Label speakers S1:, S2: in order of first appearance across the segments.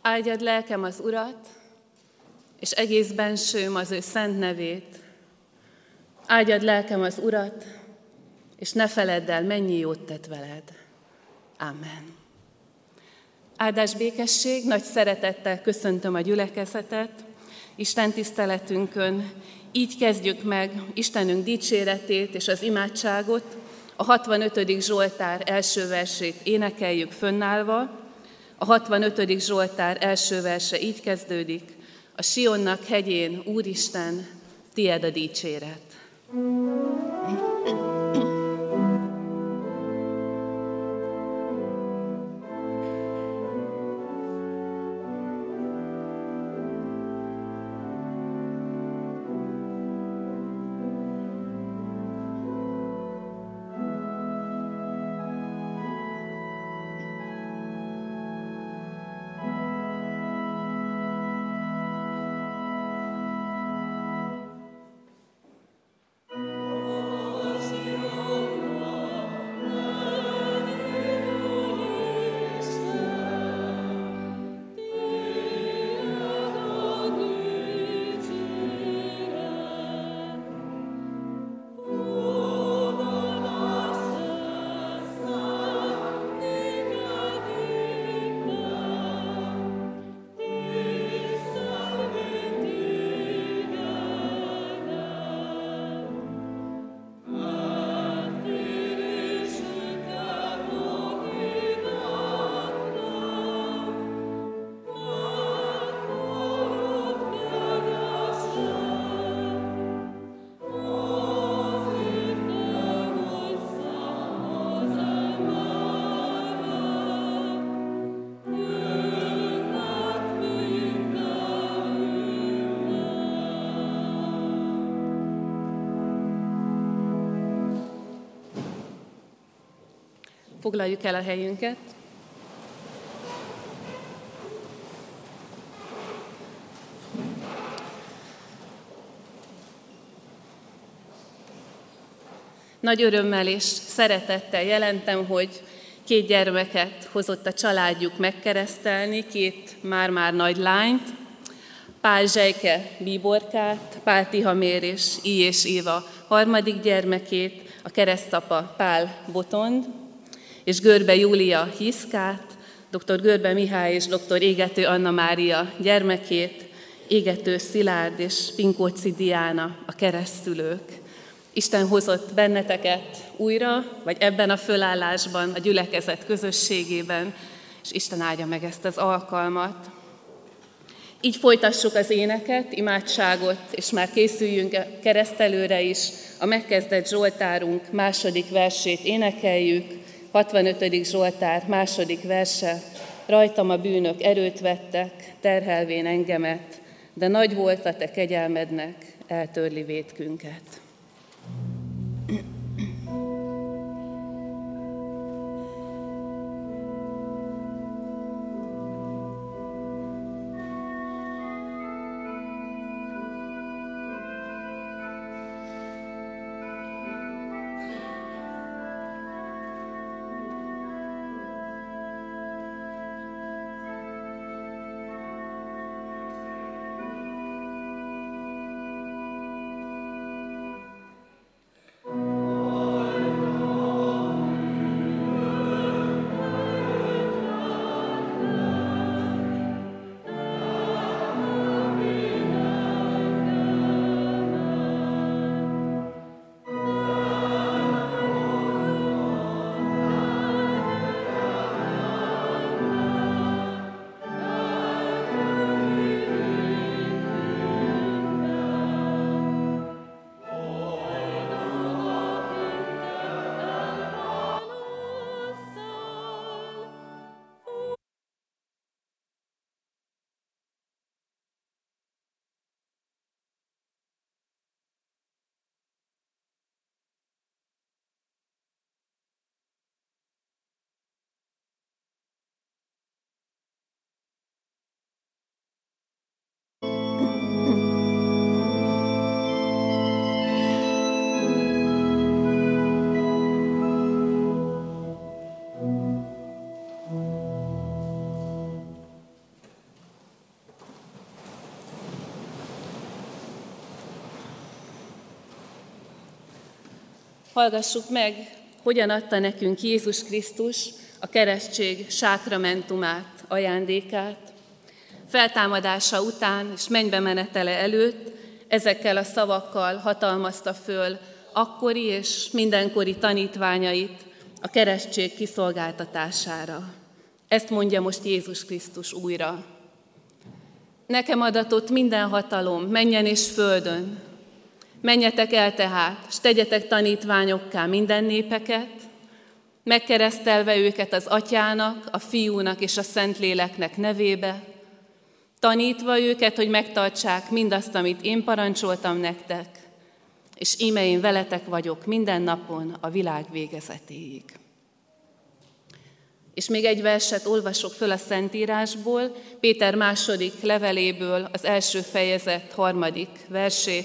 S1: Áldjad lelkem az Urat, és egész bensőm az ő szent nevét. Áldjad lelkem az Urat, és ne feledd el, mennyi jót tett veled. Amen. Áldás, békesség, nagy szeretettel köszöntöm a gyülekezetet Isten tiszteletünkön. Így kezdjük meg Istenünk dicséretét és az imádságot. A 65. Zsoltár első versét énekeljük fönnállva. A 65. Zsoltár első verse így kezdődik. A Sionnak hegyén, Úristen, tied a dicséret. Foglaljuk el a helyünket. Nagy örömmel és szeretettel jelentem, hogy 2 gyermeket hozott a családjuk megkeresztelni, 2 már-már nagy lányt, Pál Zsejke Bíborkát, Pál Tihamér és Éva harmadik gyermekét, a keresztapa Pál Botond, és Görbe Júlia Hiszkát, dr. Görbe Mihály és dr. Égető Anna Mária gyermekét, Égető Szilárd és Pinkóczi Diána a keresztülők. Isten hozott benneteket újra, vagy ebben a fölállásban, a gyülekezet közösségében, és Isten áldja meg ezt az alkalmat. Így folytassuk az éneket, imádságot, és már készüljünk a keresztelőre is. A megkezdett Zsoltárunk második versét énekeljük, 65. Zsoltár második verse. Rajtam a bűnök erőt vettek, terhelvén engemet, de nagy volt a te kegyelmednek, eltörli vétkünket. Hallgassuk meg, hogyan adta nekünk Jézus Krisztus a keresztség sákramentumát, ajándékát. Feltámadása után és mennybe menetele előtt ezekkel a szavakkal hatalmazta föl akkori és mindenkori tanítványait a keresztség kiszolgáltatására. Ezt mondja most Jézus Krisztus újra. Nekem adatott minden hatalom, mennyen és földön. Menjetek el tehát, s tegyetek tanítványokká minden népeket, megkeresztelve őket az Atyának, a Fiúnak és a Szentléleknek nevébe, tanítva őket, hogy megtartsák mindazt, amit én parancsoltam nektek, és íme én veletek vagyok minden napon a világ végezetéig. És még egy verset olvasok föl a Szentírásból, Péter második leveléből, az első fejezet 3. versét.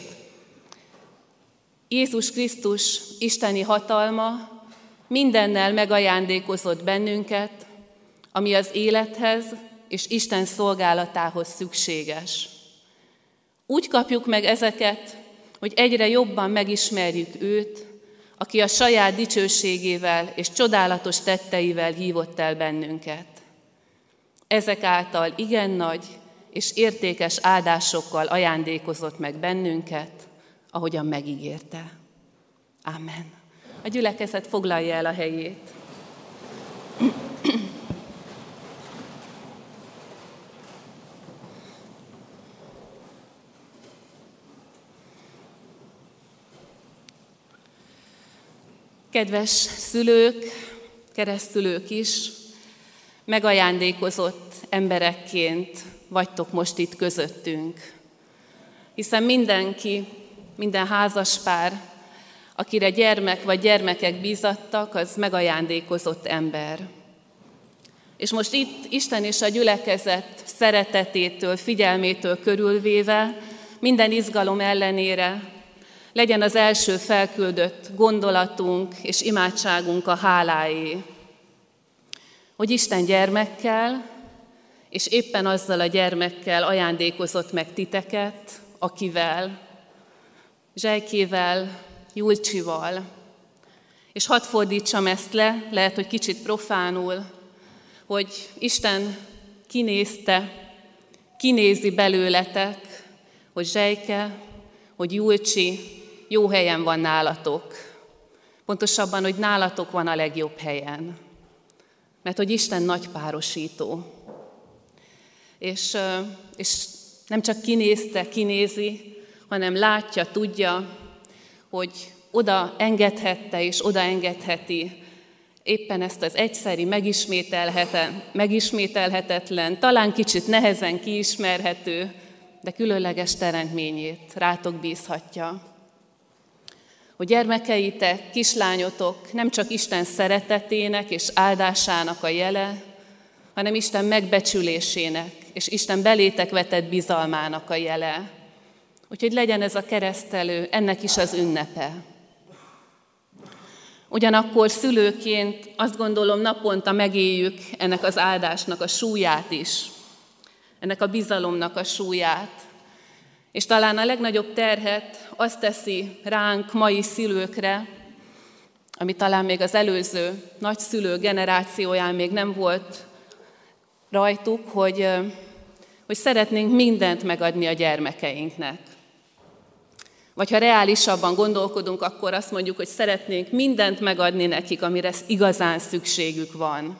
S1: Jézus Krisztus isteni hatalma mindennel megajándékozott bennünket, ami az élethez és Isten szolgálatához szükséges. Úgy kapjuk meg ezeket, hogy egyre jobban megismerjük őt, aki a saját dicsőségével és csodálatos tetteivel hívott el bennünket. Ezek által igen nagy és értékes áldásokkal ajándékozott meg bennünket, ahogyan megígérte. Amen. A gyülekezet foglalja el a helyét. Kedves szülők, keresztülők is, megajándékozott emberekként vagytok most itt közöttünk. Hiszen mindenki, minden házaspár, akire gyermek vagy gyermekek bízattak, az megajándékozott ember. És most itt Isten és a gyülekezet szeretetétől, figyelmétől körülvéve, minden izgalom ellenére legyen az első felküldött gondolatunk és imádságunk a háláé, hogy Isten gyermekkel, és éppen azzal a gyermekkel ajándékozott meg titeket, akivel, Zsejkével, Julcsival. És hadd fordítsam ezt le, lehet, hogy kicsit profánul, hogy Isten kinézi belőletek, hogy Zsejke, hogy Julcsi jó helyen van nálatok. Pontosabban, hogy nálatok van a legjobb helyen. Mert hogy Isten nagy párosító. És nem csak kinézi, hanem látja, tudja, hogy oda engedhette és oda engedheti éppen ezt az egyszeri, megismételhetetlen, talán kicsit nehezen kiismerhető, de különleges teremtményét rátok bízhatja. Hogy gyermekeitek, kislányotok nem csak Isten szeretetének és áldásának a jele, hanem Isten megbecsülésének és Isten belétek vetett bizalmának a jele. Úgyhogy legyen ez a keresztelő, ennek is az ünnepe. Ugyanakkor szülőként azt gondolom naponta megéljük ennek az áldásnak a súlyát is, ennek a bizalomnak a súlyát. És talán a legnagyobb terhet azt teszi ránk mai szülőkre, ami talán még az előző nagyszülő generációján még nem volt rajtuk, hogy szeretnénk mindent megadni a gyermekeinknek. Vagy ha reálisabban gondolkodunk, akkor azt mondjuk, hogy szeretnénk mindent megadni nekik, amire igazán szükségük van.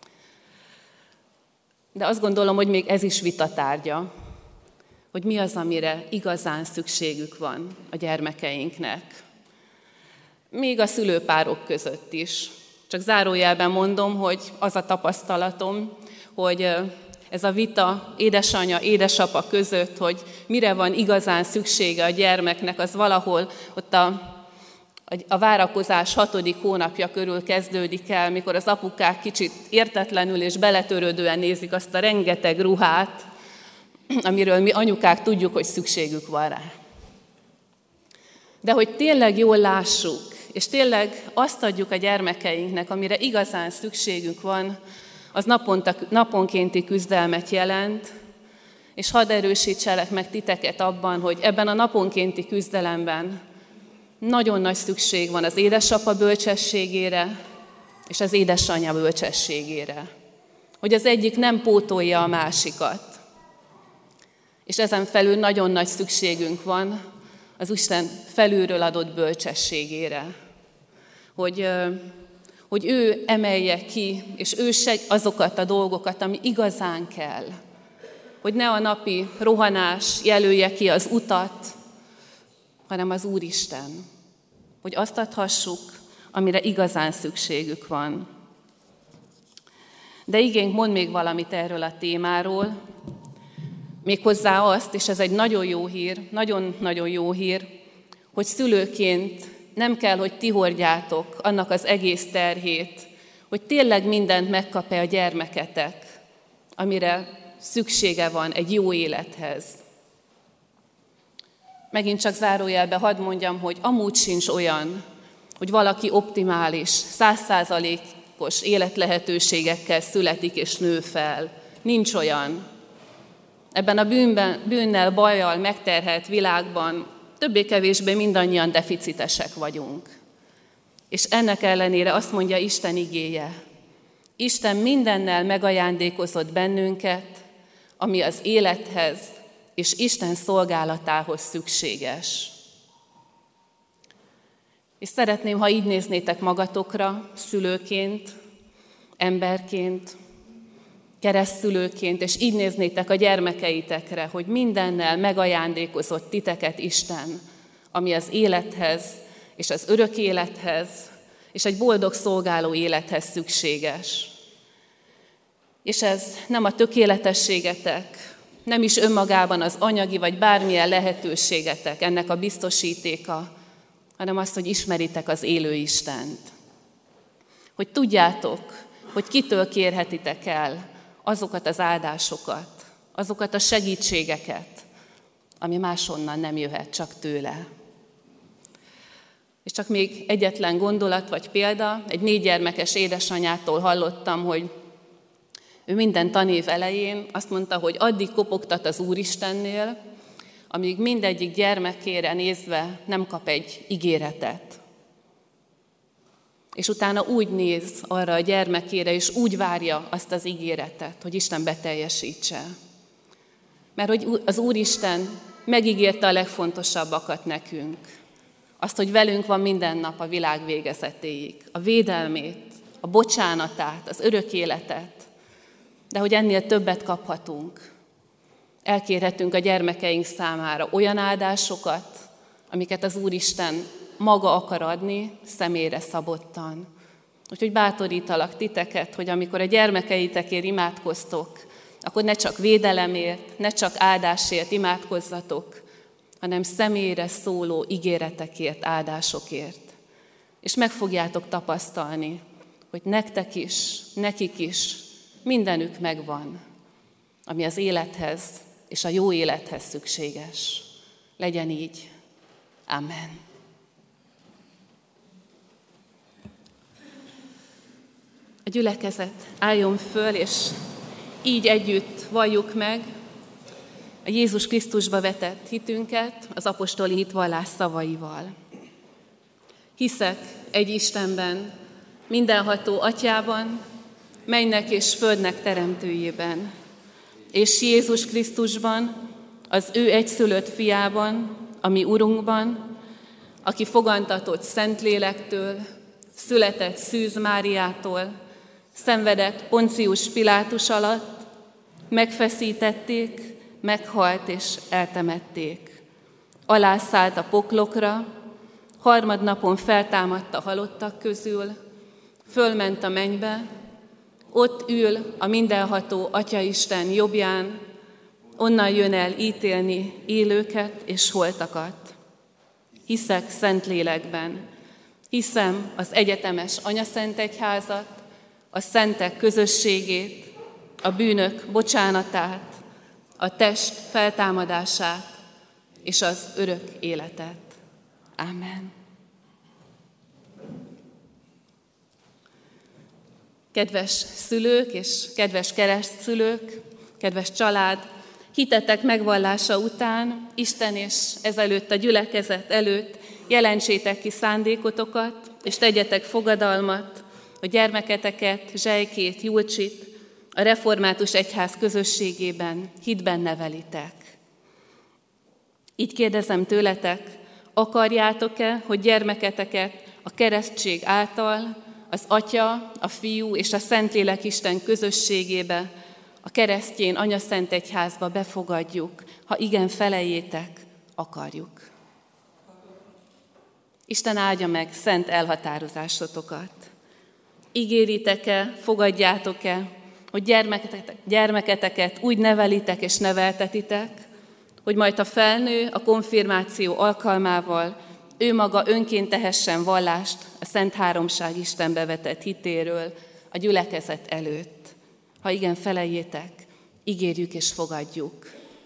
S1: De azt gondolom, hogy még ez is vitatárgya, hogy mi az, amire igazán szükségük van a gyermekeinknek. Még a szülőpárok között is. Csak zárójelben mondom, hogy az a tapasztalatom, hogy ez a vita édesanyja, édesapa között, hogy mire van igazán szüksége a gyermeknek, az valahol ott a várakozás 6. hónapja körül kezdődik el, mikor az apukák kicsit értetlenül és beletörődően nézik azt a rengeteg ruhát, amiről mi anyukák tudjuk, hogy szükségük van rá. De hogy tényleg jól lássuk, és tényleg azt adjuk a gyermekeinknek, amire igazán szükségük van, az naponkénti küzdelmet jelent, és hadd erősítselek meg titeket abban, hogy ebben a naponkénti küzdelemben nagyon nagy szükség van az édesapa bölcsességére és az édesanyja bölcsességére. Hogy az egyik nem pótolja a másikat. És ezen felül nagyon nagy szükségünk van az Isten felülről adott bölcsességére. Hogy ő emelje ki, és ő azokat a dolgokat, ami igazán kell. Hogy ne a napi rohanás jelölje ki az utat, hanem az Úristen. Hogy azt adhassuk, amire igazán szükségük van. De igénk mond még valamit erről a témáról, méghozzá azt, és ez egy nagyon jó hír, nagyon-nagyon jó hír, hogy szülőként nem kell, hogy ti hordjátok annak az egész terhét, hogy tényleg mindent megkap-e a gyermeketek, amire szüksége van egy jó élethez. Megint csak zárójelbe hadd mondjam, hogy amúgy sincs olyan, hogy valaki optimális, 100%-os életlehetőségekkel születik és nő fel. Nincs olyan. Ebben a bűnnel, bajjal megterhelt világban többé-kevésbé mindannyian deficitesek vagyunk. És ennek ellenére azt mondja Isten igéje. Isten mindennel megajándékozott bennünket, ami az élethez és Isten szolgálatához szükséges. És szeretném, ha így néznétek magatokra, szülőként, emberként, keresztszülőként, és így néznétek a gyermekeitekre, hogy mindennel megajándékozott titeket Isten, ami az élethez, és az örök élethez, és egy boldog szolgáló élethez szükséges. És ez nem a tökéletességetek, nem is önmagában az anyagi vagy bármilyen lehetőségetek ennek a biztosítéka, hanem azt, hogy ismeritek az élő Istent. Hogy tudjátok, hogy kitől kérhetitek el azokat az áldásokat, azokat a segítségeket, ami máshonnan nem jöhet, csak tőle. És csak még egyetlen gondolat vagy példa, egy 4 gyermekes édesanyától hallottam, hogy ő minden tanév elején azt mondta, hogy addig kopogtat az Úristennél, amíg mindegyik gyermekére nézve nem kap egy ígéretet. És utána úgy néz arra a gyermekére, és úgy várja azt az ígéretet, hogy Isten beteljesítse. Mert hogy az Úristen megígérte a legfontosabbakat nekünk. Azt, hogy velünk van minden nap a világ végezetéig. A védelmét, a bocsánatát, az örök életet. De hogy ennél többet kaphatunk. Elkérhetünk a gyermekeink számára olyan áldásokat, amiket az Úristen maga akar adni, személyre szabottan. Úgyhogy bátorítalak titeket, hogy amikor a gyermekeitekért imádkoztok, akkor ne csak védelemért, ne csak áldásért imádkozzatok, hanem személyre szóló ígéretekért, áldásokért. És meg fogjátok tapasztalni, hogy nektek is, nekik is mindenük megvan, ami az élethez és a jó élethez szükséges. Legyen így. Amen. A gyülekezet álljon föl, és így együtt valljuk meg a Jézus Krisztusba vetett hitünket az apostoli hitvallás szavaival. Hiszek egy Istenben, mindenható Atyában, mennek és földnek teremtőjében, és Jézus Krisztusban, az ő egyszülött fiában, a mi Urunkban, aki fogantatott Szentlélektől, született Szűz Máriától, szenvedett Poncius Pilátus alatt, megfeszítették, meghalt és eltemették. Alászállt a poklokra, harmadnapon feltámadt a halottak közül, fölment a mennybe, ott ül a mindenható Atyaisten jobbján, onnan jön el ítélni élőket és holtakat. Hiszek Szentlélekben, hiszem az egyetemes Anyaszentegyházat, a szentek közösségét, a bűnök bocsánatát, a test feltámadását és az örök életet. Amen. Kedves szülők és kedves keresztszülők, kedves család, hitetek megvallása után Isten és ezelőtt a gyülekezet előtt jelentsétek ki szándékotokat, és tegyetek fogadalmat, hogy gyermeketeket, Zselykét, Julcsit a református egyház közösségében, hitben nevelitek. Így kérdezem tőletek, akarjátok-e, hogy gyermeketeket a keresztség által az Atya, a Fiú és a Szentlélek Isten közösségébe, a keresztjén Anyaszent Egyházba befogadjuk? Ha igen, feleljétek, akarjuk. Isten áldja meg szent elhatározásotokat. Ígéritek-e, fogadjátok-e, hogy gyermeketeket úgy nevelitek és neveltetitek, hogy majd a felnő a konfirmáció alkalmával ő maga önként tehessen vallást a Szent Háromság Istenbe vetett hitéről a gyülekezet előtt? Ha igen, feleljétek, ígérjük és fogadjuk.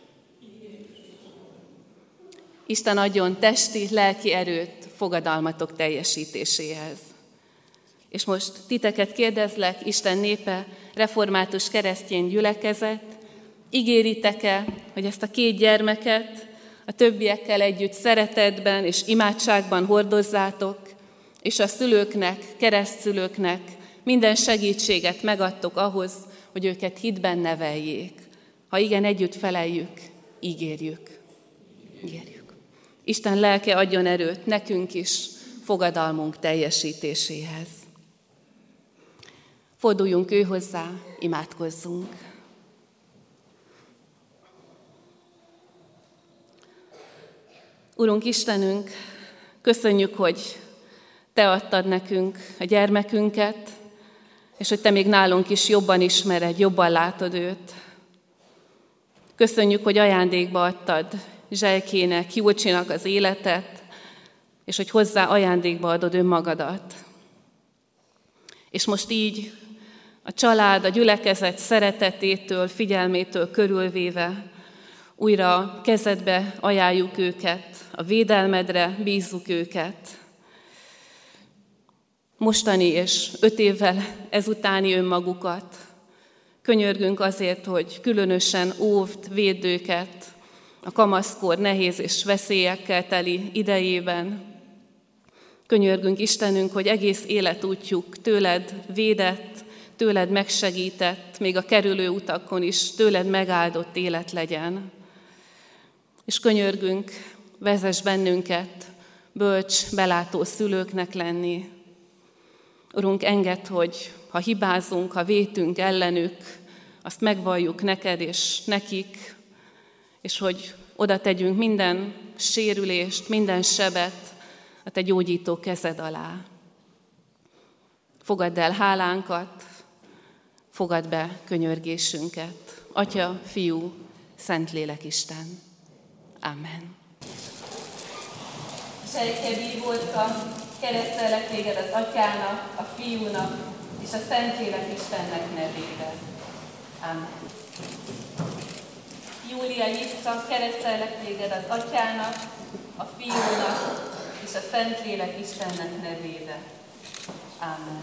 S1: Isten adjon testi, lelki erőt fogadalmatok teljesítéséhez. És most titeket kérdezlek, Isten népe, református keresztény gyülekezet, ígéritek-e, hogy ezt a 2 gyermeket a többiekkel együtt szeretetben és imádságban hordozzátok, és a szülőknek, keresztszülőknek minden segítséget megadtok ahhoz, hogy őket hitben neveljék? Ha igen, együtt feleljük, ígérjük. Ígérjük. Isten lelke adjon erőt nekünk is fogadalmunk teljesítéséhez. Forduljunk ő hozzá, imádkozzunk. Urunk Istenünk, köszönjük, hogy Te adtad nekünk a gyermekünket, és hogy Te még nálunk is jobban ismered, jobban látod őt. Köszönjük, hogy ajándékba adtad Zselykének, Julcsinak az életet, és hogy hozzá ajándékba adod önmagadat. És most így a család, a gyülekezet szeretetétől, figyelmétől körülvéve újra kezedbe ajánljuk őket, a védelmedre bízzuk őket. Mostani és 5 évvel ezutáni önmagukat. Könyörgünk azért, hogy különösen óvd, védd őket a kamaszkor nehéz és veszélyekkel teli idejében. Könyörgünk Istenünk, hogy egész életútjuk tőled védett, tőled megsegített, még a kerülő utakon is tőled megáldott élet legyen. És könyörgünk, vezess bennünket bölcs, belátó szülőknek lenni. Urunk, engedd, hogy ha hibázunk, ha vétünk ellenük, azt megvalljuk neked és nekik, és hogy oda tegyünk minden sérülést, minden sebet a te gyógyító kezed alá. Fogadd el hálánkat, fogadd be könyörgésünket. Atya, Fiú, Szentlélek Isten. Amen. Zselyke bíbózka, keresztelek téged az Atyának, a Fiúnak és a Szentlélek Istennek nevében. Amen. Júlia Jiszka, keresztelek téged az Atyának, a Fiúnak és a Szentlélek Istennek nevében. Amen.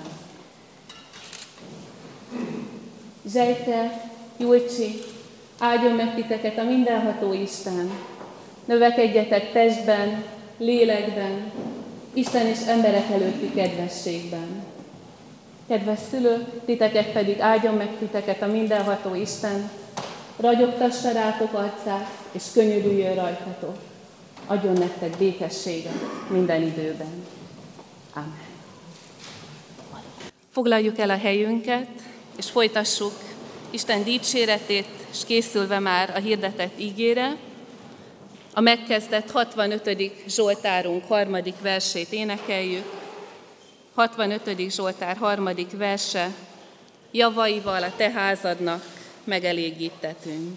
S1: Zselyke, Julcsi, áldjon meg titeket a mindenható Isten. Növekedjetek testben, lélekben, Isten és emberek előtti kedvességben. Kedves szülők, titeket pedig áldjon meg titeket a mindenható Isten, ragyogtassa rátok arcát, és könyörüljön rajtatok. Adjon nektek békességet minden időben. Amen. Foglaljuk el a helyünket, és folytassuk Isten dicséretét, és készülve már a hirdetett ígére, a megkezdett 65. Zsoltárunk 3. versét énekeljük. 65. Zsoltár 3. verse: javaival a te házadnak megelégítetünk.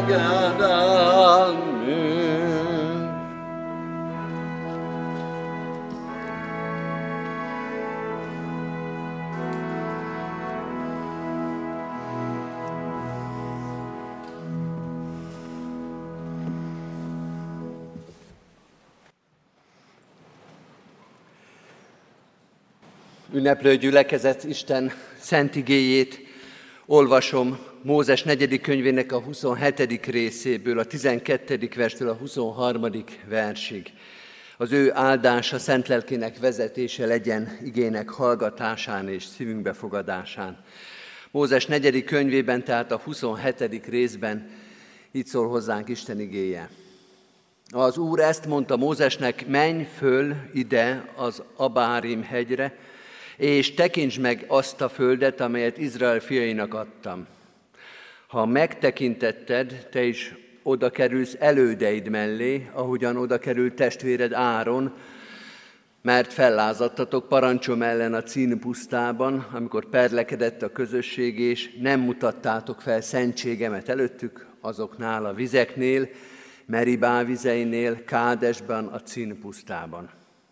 S2: engedelmünk. Ünneplő gyülekezet, Isten szent igéjét olvasom Mózes 4. könyvének a 27. részéből, a 12. verstől a 23. versig. Az ő áldása, szent lelkének vezetése legyen igének hallgatásán és szívünkbe fogadásán. Mózes 4. könyvében, tehát a 27. részben így szól hozzánk Isten igéje. Az Úr ezt mondta Mózesnek: menj föl ide az Abárim hegyre, és tekintsd meg azt a földet, amelyet Izrael fiainak adtam. Ha megtekintetted, te is oda kerülsz elődeid mellé, ahogyan oda került testvéred Áron, mert fellázadtatok parancsom ellen a Cín pusztában, amikor perlekedett a közösség, és nem mutattátok fel szentségemet előttük, azoknál a vizeknél, Meribá vizeinél, Kádesben, a Cín pusztában.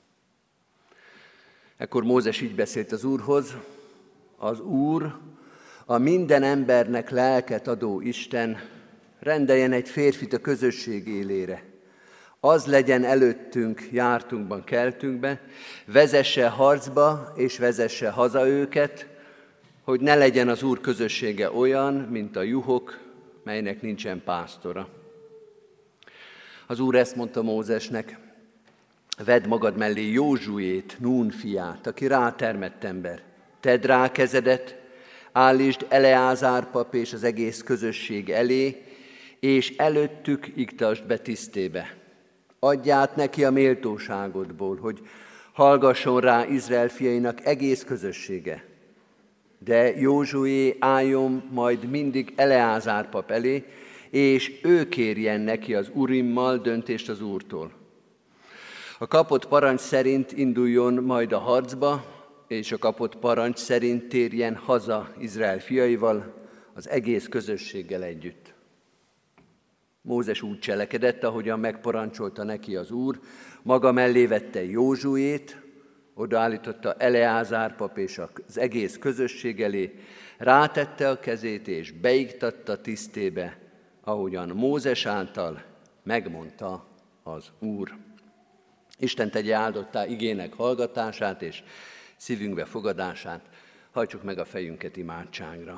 S2: Ekkor Mózes így beszélt az Úrhoz: az Úr, a minden embernek lelket adó Isten, rendeljen egy férfit a közösség élére. Az legyen előttünk, jártunkban, keltünkbe, vezesse harcba és vezesse haza őket, hogy ne legyen az Úr közössége olyan, mint a juhok, melynek nincsen pásztora. Az Úr ezt mondta Mózesnek: vedd magad mellé Józsuét, Nún fiát, aki rátermett ember. Tedd rá kezedet, állítsd Eleázár pap és az egész közösség elé, és előttük iktasd be tisztébe. Adj át neki a méltóságodból, hogy hallgasson rá Izrael fiainak egész közössége. De Józsué álljon majd mindig Eleázár pap elé, és ő kérjen neki az Urimmal döntést az Úrtól. A kapott parancs szerint induljon majd a harcba, és a kapott parancs szerint térjen haza Izrael fiaival, az egész közösséggel együtt. Mózes úgy cselekedett, ahogyan megparancsolta neki az Úr, maga mellé vette Józsuét, odaállította Eleázár pap és az egész közösség elé, rátette a kezét és beiktatta tisztébe, ahogyan Mózes által megmondta az Úr. Isten tegye áldottá igének hallgatását és szívünkbe fogadását. Hajtsuk meg a fejünket imádságra.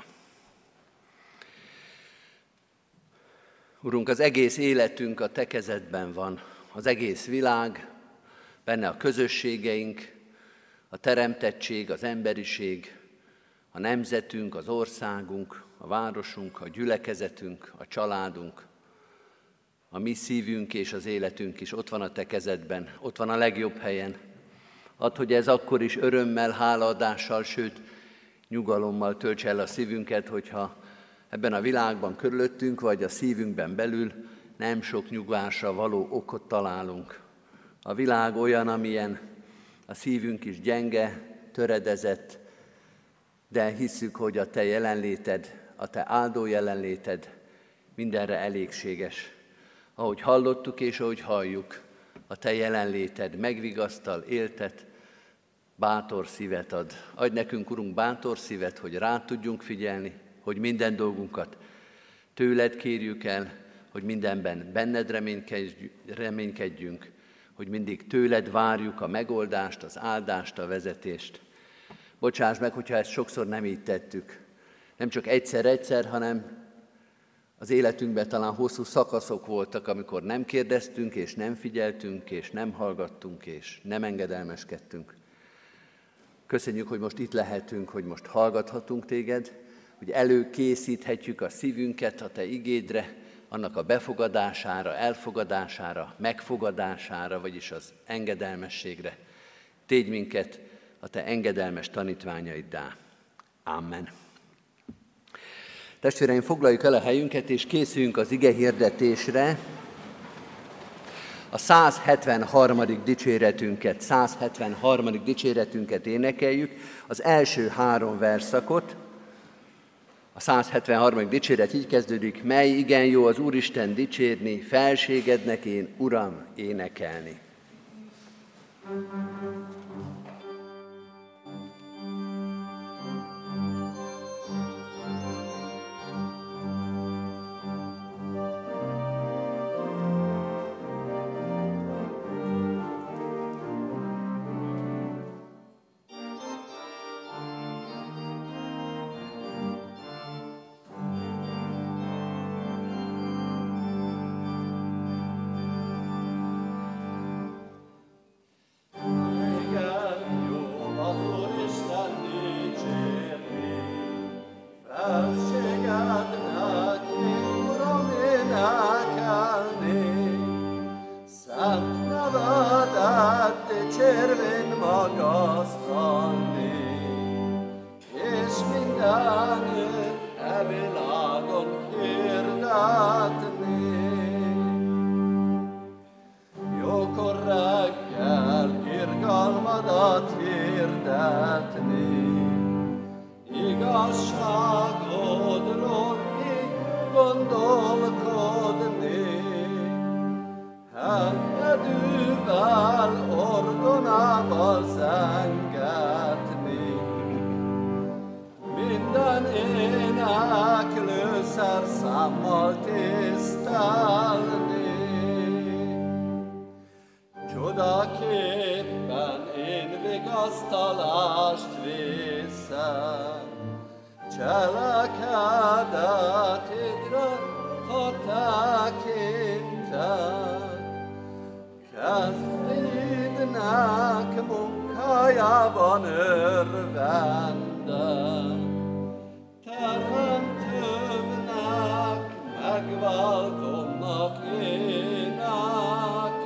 S2: Urunk, az egész életünk a Te kezedben van, az egész világ, benne a közösségeink, a teremtettség, az emberiség, a nemzetünk, az országunk, a városunk, a gyülekezetünk, a családunk, a mi szívünk és az életünk is ott van a Te kezedben, ott van a legjobb helyen. Add, hogy ez akkor is örömmel, hálaadással, sőt, nyugalommal töltse el a szívünket, hogyha ebben a világban körülöttünk, vagy a szívünkben belül nem sok nyugvásra való okot találunk. A világ olyan, amilyen, a szívünk is gyenge, töredezett, de hisszük, hogy a Te jelenléted, a Te áldó jelenléted mindenre elégséges. Ahogy hallottuk és ahogy halljuk, a Te jelenléted megvigasztal, éltet, bátor szívet ad. Adj nekünk, Urunk, bátor szívet, hogy rá tudjunk figyelni, hogy minden dolgunkat tőled kérjük el, hogy mindenben benned reménykedjünk, hogy mindig tőled várjuk a megoldást, az áldást, a vezetést. Bocsáss meg, hogyha ezt sokszor nem így tettük. Nem csak egyszer, hanem az életünkben talán hosszú szakaszok voltak, amikor nem kérdeztünk, és nem figyeltünk, és nem hallgattunk, és nem engedelmeskedtünk. Köszönjük, hogy most itt lehetünk, hogy most hallgathatunk Téged, hogy előkészíthetjük a szívünket a Te igédre, annak a befogadására, elfogadására, megfogadására, vagyis az engedelmességre. Tégy minket a Te engedelmes tanítványaiddá. Amen. Testvéreim, foglaljuk el a helyünket, és készüljünk az ige hirdetésre. A 173. dicséretünket énekeljük, az első 3 verszakot. A 173. dicséret így kezdődik: mely igen jó az Úristen dicsérni, felségednek én, Uram, énekelni.
S3: Igazságodról gondolkodni, engedővel, orgonával zengetni, minden éneklő szerszámmal tisztelni. Csodaképpen én vigasztalást viszem, cselekedetidre, ha tekintek, kezidnek munkájában örvendek, teremtőmnek, megváltomnak éneklek.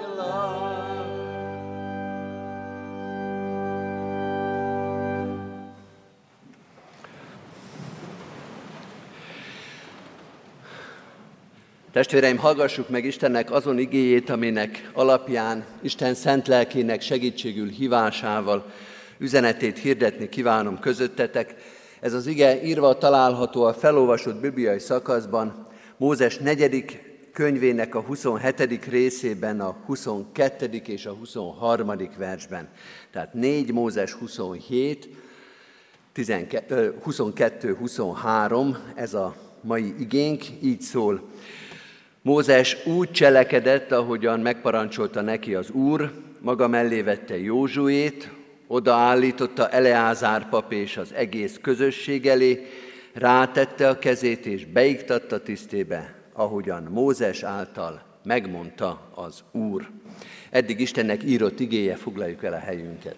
S2: Testvéreim, hallgassuk meg Istennek azon igéjét, aminek alapján Isten szent lelkének segítségül hívásával üzenetét hirdetni kívánom közöttetek. Ez az ige írva található a felolvasott bibliai szakaszban, Mózes 4. könyvének a 27. részében, a 22. és a 23. versben. Tehát 4 Mózes 27, 22-23, ez a mai igénk, így szól. Mózes úgy cselekedett, ahogyan megparancsolta neki az Úr, maga mellé vette Józsuét, odaállította Eleázár pap és az egész közösség elé, rátette a kezét és beiktatta tisztébe, ahogyan Mózes által megmondta az Úr. Eddig Istennek írott igéje, foglaljuk el a helyünket.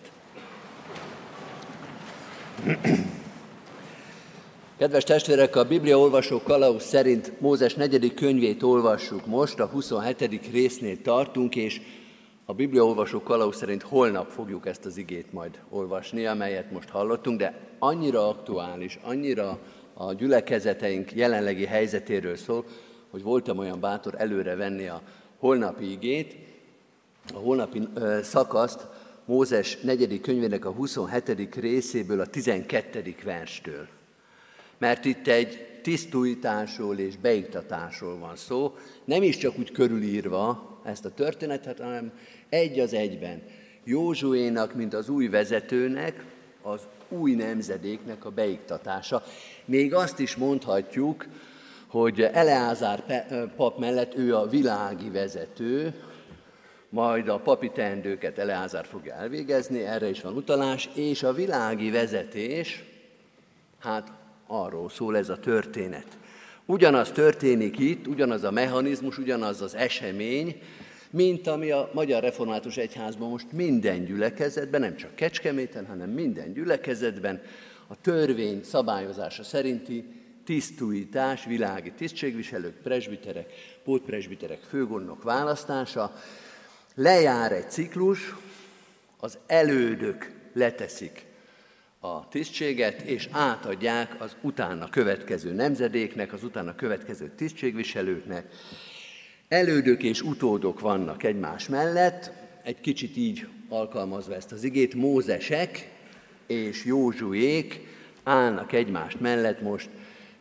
S2: Kedves testvérek, a Biblia olvasó kalauz szerint Mózes 4. könyvét olvassuk most, a 27. résznél tartunk, és a Biblia olvasó kalauz szerint holnap fogjuk ezt az igét majd olvasni, amelyet most hallottunk, de annyira aktuális, annyira a gyülekezeteink jelenlegi helyzetéről szól, hogy voltam olyan bátor előre venni a holnapi igét, a holnapi szakaszt Mózes 4. könyvének a 27. részéből, a 12. verstől. Mert itt egy tisztújításról és beiktatásról van szó, nem is csak úgy körülírva ezt a történetet, hanem egy az egyben. Józsuénak, mint az új vezetőnek, az új nemzedéknek a beiktatása. Még azt is mondhatjuk, hogy Eleázár pap mellett ő a világi vezető, majd a papi teendőket Eleázár fogja elvégezni, erre is van utalás, és a világi vezetés, hát arról szól ez a történet. Ugyanaz történik itt, ugyanaz a mechanizmus, ugyanaz az esemény, mint ami a Magyar Református Egyházban most minden gyülekezetben, nem csak Kecskeméten, hanem minden gyülekezetben a törvény szabályozása szerinti tisztújítás, világi tisztségviselők, presbiterek, pótpresbiterek, főgondnok választása. Lejár egy ciklus, az elődök leteszik a tisztséget, és átadják az utána következő nemzedéknek, az utána következő tisztségviselőknek. Elődök és utódok vannak egymás mellett, egy kicsit így alkalmazva ezt az igét, Mózesek és Józsuék állnak egymás mellett most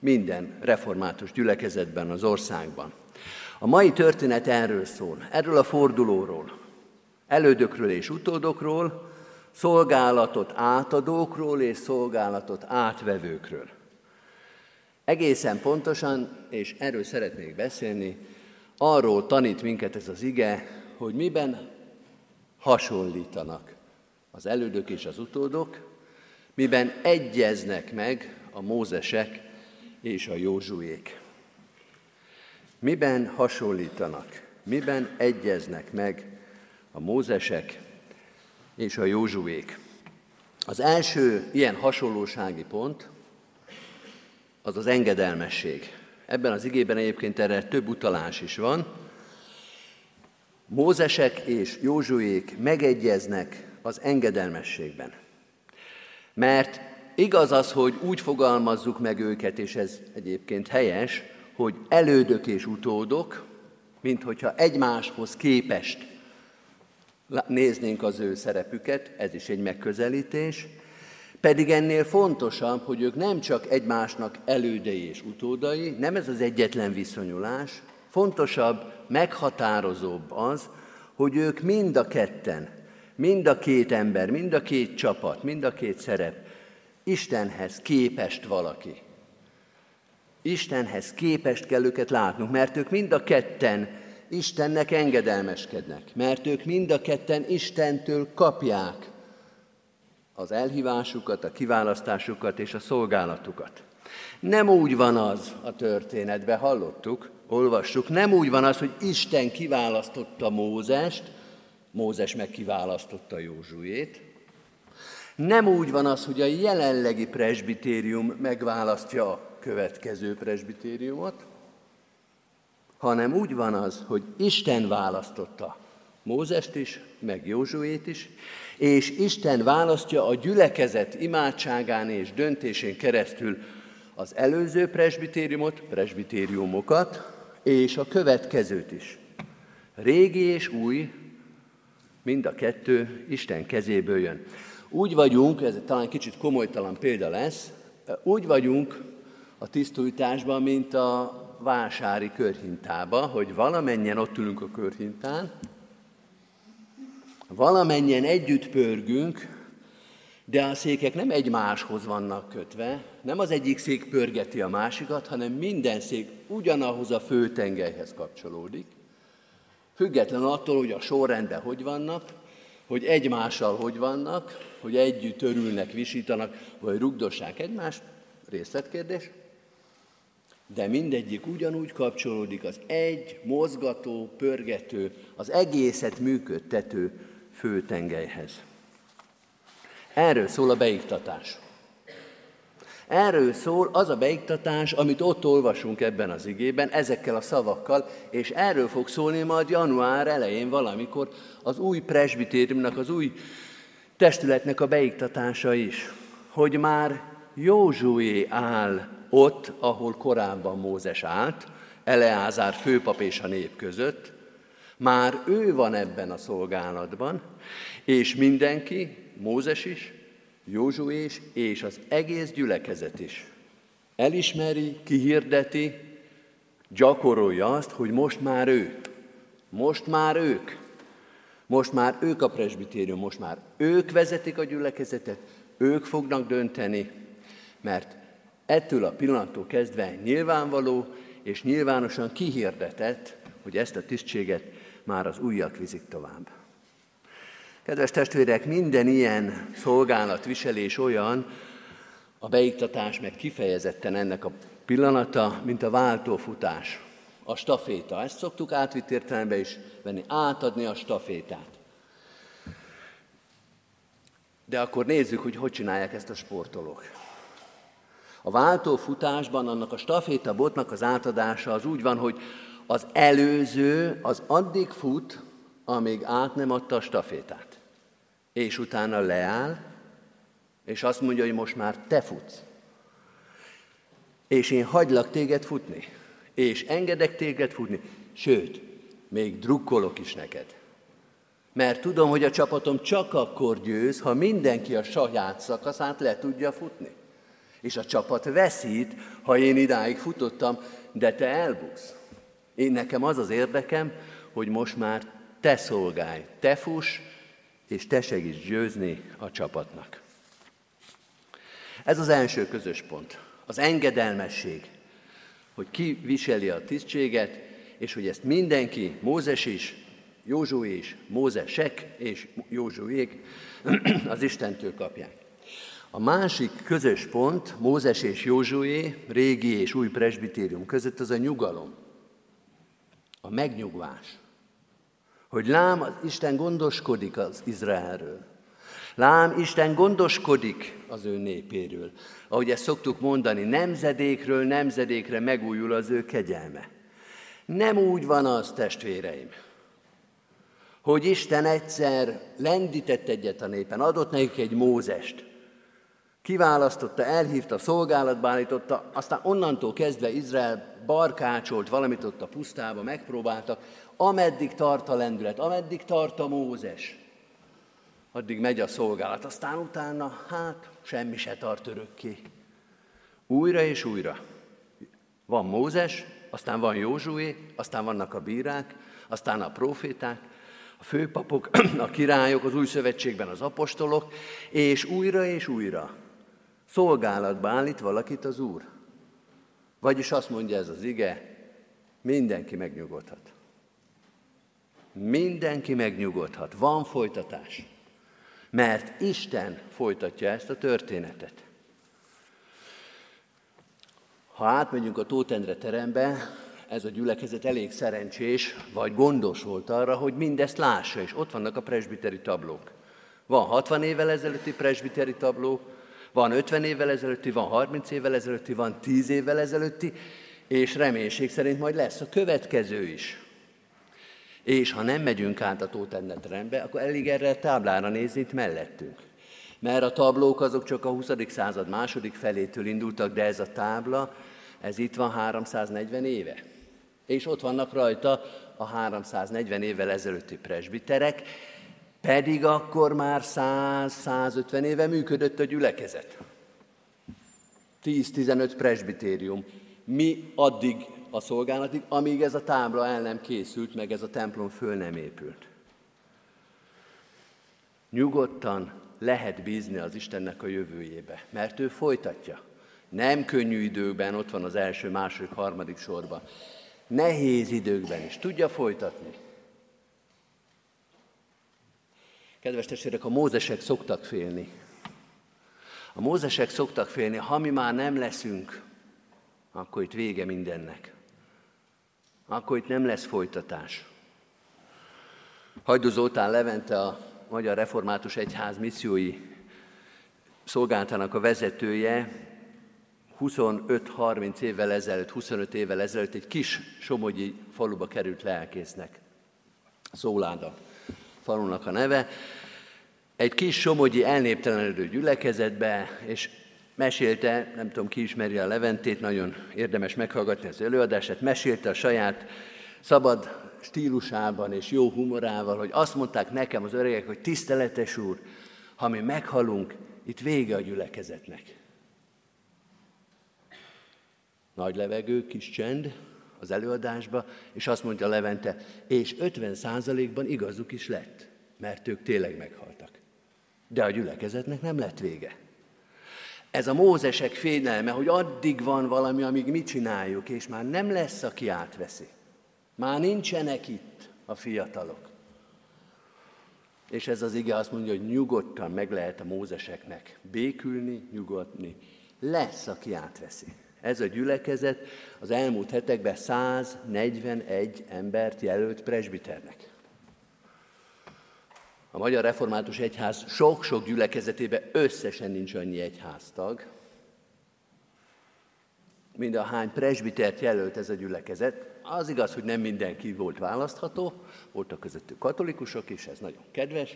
S2: minden református gyülekezetben az országban. A mai történet erről szól, erről a fordulóról, elődökről és utódokról, szolgálatot átadókról és szolgálatot átvevőkről. Egészen pontosan, és erről szeretnék beszélni, arról tanít minket ez az ige, hogy miben hasonlítanak az elődök és az utódok, miben egyeznek meg a Mózesek és a Józsuék. Miben hasonlítanak, miben egyeznek meg a Mózesek és a Józsuék. Az első ilyen hasonlósági pont az az engedelmesség. Ebben az igében egyébként erre több utalás is van. Mózesek és Józsuék megegyeznek az engedelmességben. Mert igaz az, hogy úgy fogalmazzuk meg őket, és ez egyébként helyes, hogy elődök és utódok, mint hogyha egymáshoz képest néznénk az ő szerepüket, ez is egy megközelítés, pedig ennél fontosabb, hogy ők nem csak egymásnak elődei és utódai, nem ez az egyetlen viszonyulás, fontosabb, meghatározóbb az, hogy ők mind a ketten, mind a két ember, mind a két csapat, mind a két szerep Istenhez képest valaki. Istenhez képest kell őket látnunk, mert ők mind a ketten Istennek engedelmeskednek, mert ők mind a ketten Istentől kapják az elhívásukat, a kiválasztásukat és a szolgálatukat. Nem úgy van az a történetben, hallottuk, olvassuk, nem úgy van az, hogy Isten kiválasztotta Mózest, Mózes meg kiválasztotta Józsuét. Nem úgy van az, hogy a jelenlegi presbitérium megválasztja a következő presbitériumot, hanem úgy van az, hogy Isten választotta Mózest is, meg Józsuét is, és Isten választja a gyülekezet imádságán és döntésén keresztül az előző presbitériumot, presbitériumokat, és a következőt is. Régi és új, mind a kettő Isten kezéből jön. Úgy vagyunk, ez talán kicsit komolytalan példa lesz, úgy vagyunk a tisztújtásban, mint a vásári körhintában, hogy valamennyien ott ülünk a körhintán, valamennyien együtt pörgünk, de a székek nem egymáshoz vannak kötve, nem az egyik szék pörgeti a másikat, hanem minden szék ugyanahoz a főtengelyhez kapcsolódik, független attól, hogy a sorrendben hogy vannak, hogy egymással hogy vannak, hogy együtt örülnek, visítanak, vagy rugdossák egymást, részletkérdés, de mindegyik ugyanúgy kapcsolódik az egy mozgató, pörgető, az egészet működtető főtengelyhez. Erről szól a beiktatás. Erről szól az a beiktatás, amit ott olvasunk ebben az igében, ezekkel a szavakkal, és erről fog szólni majd január elején valamikor az új presbitériumnak, az új testületnek a beiktatása is. Hogy már Józsué áll ott, ahol korábban Mózes állt, Eleázár főpap és a nép között, már ő van ebben a szolgálatban, és mindenki, Mózes is, Józsué is, és az egész gyülekezet is elismeri, kihirdeti, gyakorolja azt, hogy most már ő, most már ők, most már ők a presbitérium, most már ők vezetik a gyülekezetet, ők fognak dönteni, mert ettől a pillanattól kezdve nyilvánvaló és nyilvánosan kihirdetett, hogy ezt a tisztséget már az újak viszik tovább. Kedves testvérek, minden ilyen szolgálatviselés olyan, a beiktatás meg kifejezetten ennek a pillanata, mint a váltófutás, a staféta. Ezt szoktuk átvitt értelemben is venni, átadni a stafétát. De akkor nézzük, hogy csinálják ezt a sportolók. A váltófutásban annak a stafétabotnak az átadása az úgy van, hogy az előző az addig fut, amíg át nem adta a stafétát. És utána leáll, és azt mondja, hogy most már te futsz. És én hagylak téged futni. És engedek téged futni. Sőt, még drukkolok is neked. Mert tudom, hogy a csapatom csak akkor győz, ha mindenki a saját szakaszát le tudja futni. És a csapat veszít, ha én idáig futottam, de te elbuksz. Nekem az az érdekem, hogy most már te szolgálj, te fuss, és te segíts győzni a csapatnak. Ez az első közös pont. Az engedelmesség, hogy ki viseli a tisztséget, és hogy ezt mindenki, Mózes is, Józsué is, Mózesek és Józsuék az Istentől kapják. A másik közös pont Mózes és Józsué, régi és új presbitérium között az a nyugalom, a megnyugvás. Hogy lám, az Isten gondoskodik az Izraelről. Lám, Isten gondoskodik az ő népéről. Ahogy ezt szoktuk mondani, nemzedékről nemzedékre megújul az ő kegyelme. Nem úgy van az, testvéreim, hogy Isten egyszer lendített egyet a népen, adott nekik egy Mózest, kiválasztotta, elhívta, szolgálatba állította, aztán onnantól kezdve Izrael barkácsolt valamit ott a pusztába, megpróbáltak, ameddig tart a lendület, ameddig tart a Mózes, addig megy a szolgálat, aztán utána, semmi se tart örökké. Újra és újra. Van Mózes, aztán van Józsué, aztán vannak a bírák, aztán a próféták, a főpapok, a királyok, az új szövetségben az apostolok, és újra szolgálatba állít valakit az Úr. Vagyis azt mondja ez az ige, mindenki megnyugodhat. Mindenki megnyugodhat, van folytatás, mert Isten folytatja ezt a történetet. Ha átmegyünk a Tóth Endre terembe, ez a gyülekezet elég szerencsés, vagy gondos volt arra, hogy mindezt lássa, és ott vannak a presbiteri tablók. Van 60 évvel ezelőtti presbiteri tabló, van 50 évvel ezelőtti, van 30 évvel ezelőtti, van 10 évvel ezelőtti, és reménység szerint majd lesz a következő is. És ha nem megyünk át a Tóth Endre terembe, akkor elég erre a táblára nézni itt mellettünk. Mert a tablók azok csak a 20. század második felétől indultak, de ez a tábla, ez itt van 340 éve. És ott vannak rajta a 340 évvel ezelőtti presbiterek, pedig akkor már 100-150 éve működött a gyülekezet. 10-15 presbitérium. Mi addig a szolgálatig, amíg ez a tábla el nem készült, meg ez a templom föl nem épült. Nyugodtan lehet bízni az Istennek a jövőjébe, mert ő folytatja. Nem könnyű időkben, ott van az első, második, harmadik sorban. Nehéz időkben is tudja folytatni. Kedves testvérek, a Mózesek szoktak félni. A Mózesek szoktak félni, ha mi már nem leszünk, akkor itt vége mindennek. Akkor itt nem lesz folytatás. Hajdú Zoltán Levente, a Magyar Református Egyház missziói szolgálatának a vezetője, 25-30 évvel ezelőtt, 25 évvel ezelőtt egy kis somogyi faluba került lelkésznek. Szóláda falunak a neve. Egy kis somogyi elnéptelenedő gyülekezetbe, és mesélte, nem tudom, ki ismeri a Leventét, nagyon érdemes meghallgatni az előadását, mesélte a saját szabad stílusában és jó humorával, hogy azt mondták nekem az öregek, hogy tiszteletes úr, ha mi meghalunk, itt vége a gyülekezetnek. Nagy levegő, kis csend az előadásba, és azt mondja Levente, és 50%-ban igazuk is lett, mert ők tényleg meghaltak. De a gyülekezetnek nem lett vége. Ez a Mózesek félelme, hogy addig van valami, amíg mi csináljuk, és már nem lesz, aki átveszi. Már nincsenek itt a fiatalok. És ez az ige azt mondja, hogy nyugodtan meg lehet a Mózeseknek békülni, nyugodni. Lesz, aki átveszi. Ez a gyülekezet az elmúlt hetekben 141 embert jelölt presbiternek. A Magyar Református Egyház sok-sok gyülekezetében összesen nincs annyi egyháztag, mint ahány presbitert jelölt ez a gyülekezet. Az igaz, hogy nem mindenki volt választható, voltak közöttük katolikusok is, ez nagyon kedves.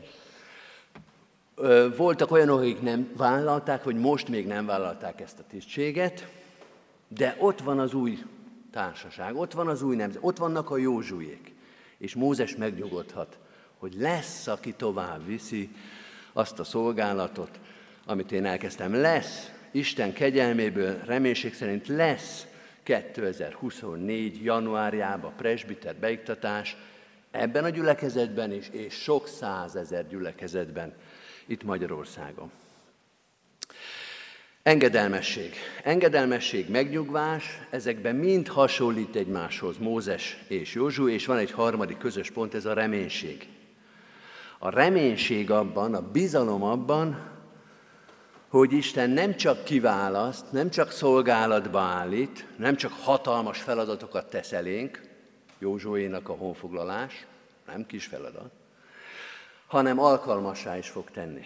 S2: Voltak olyanok, akik nem vállalták, vagy most még nem vállalták ezt a tisztséget, de ott van az új társaság, ott van az új nemzet, ott vannak a Józsuék, és Mózes megnyugodhat, hogy lesz, aki tovább viszi azt a szolgálatot, amit én elkezdtem. Lesz, Isten kegyelméből reménység szerint lesz 2024. januárjában presbiter beiktatás ebben a gyülekezetben is, és sok százezer gyülekezetben itt Magyarországon. Engedelmesség, megnyugvás, ezekben mind hasonlít egymáshoz Mózes és Józsué, és van egy harmadik közös pont, ez a reménység. A reménység abban, a bizalom abban, hogy Isten nem csak kiválaszt, nem csak szolgálatba állít, nem csak hatalmas feladatokat tesz elénk, Józsuénak a honfoglalás, nem kis feladat, hanem alkalmassá is fog tenni.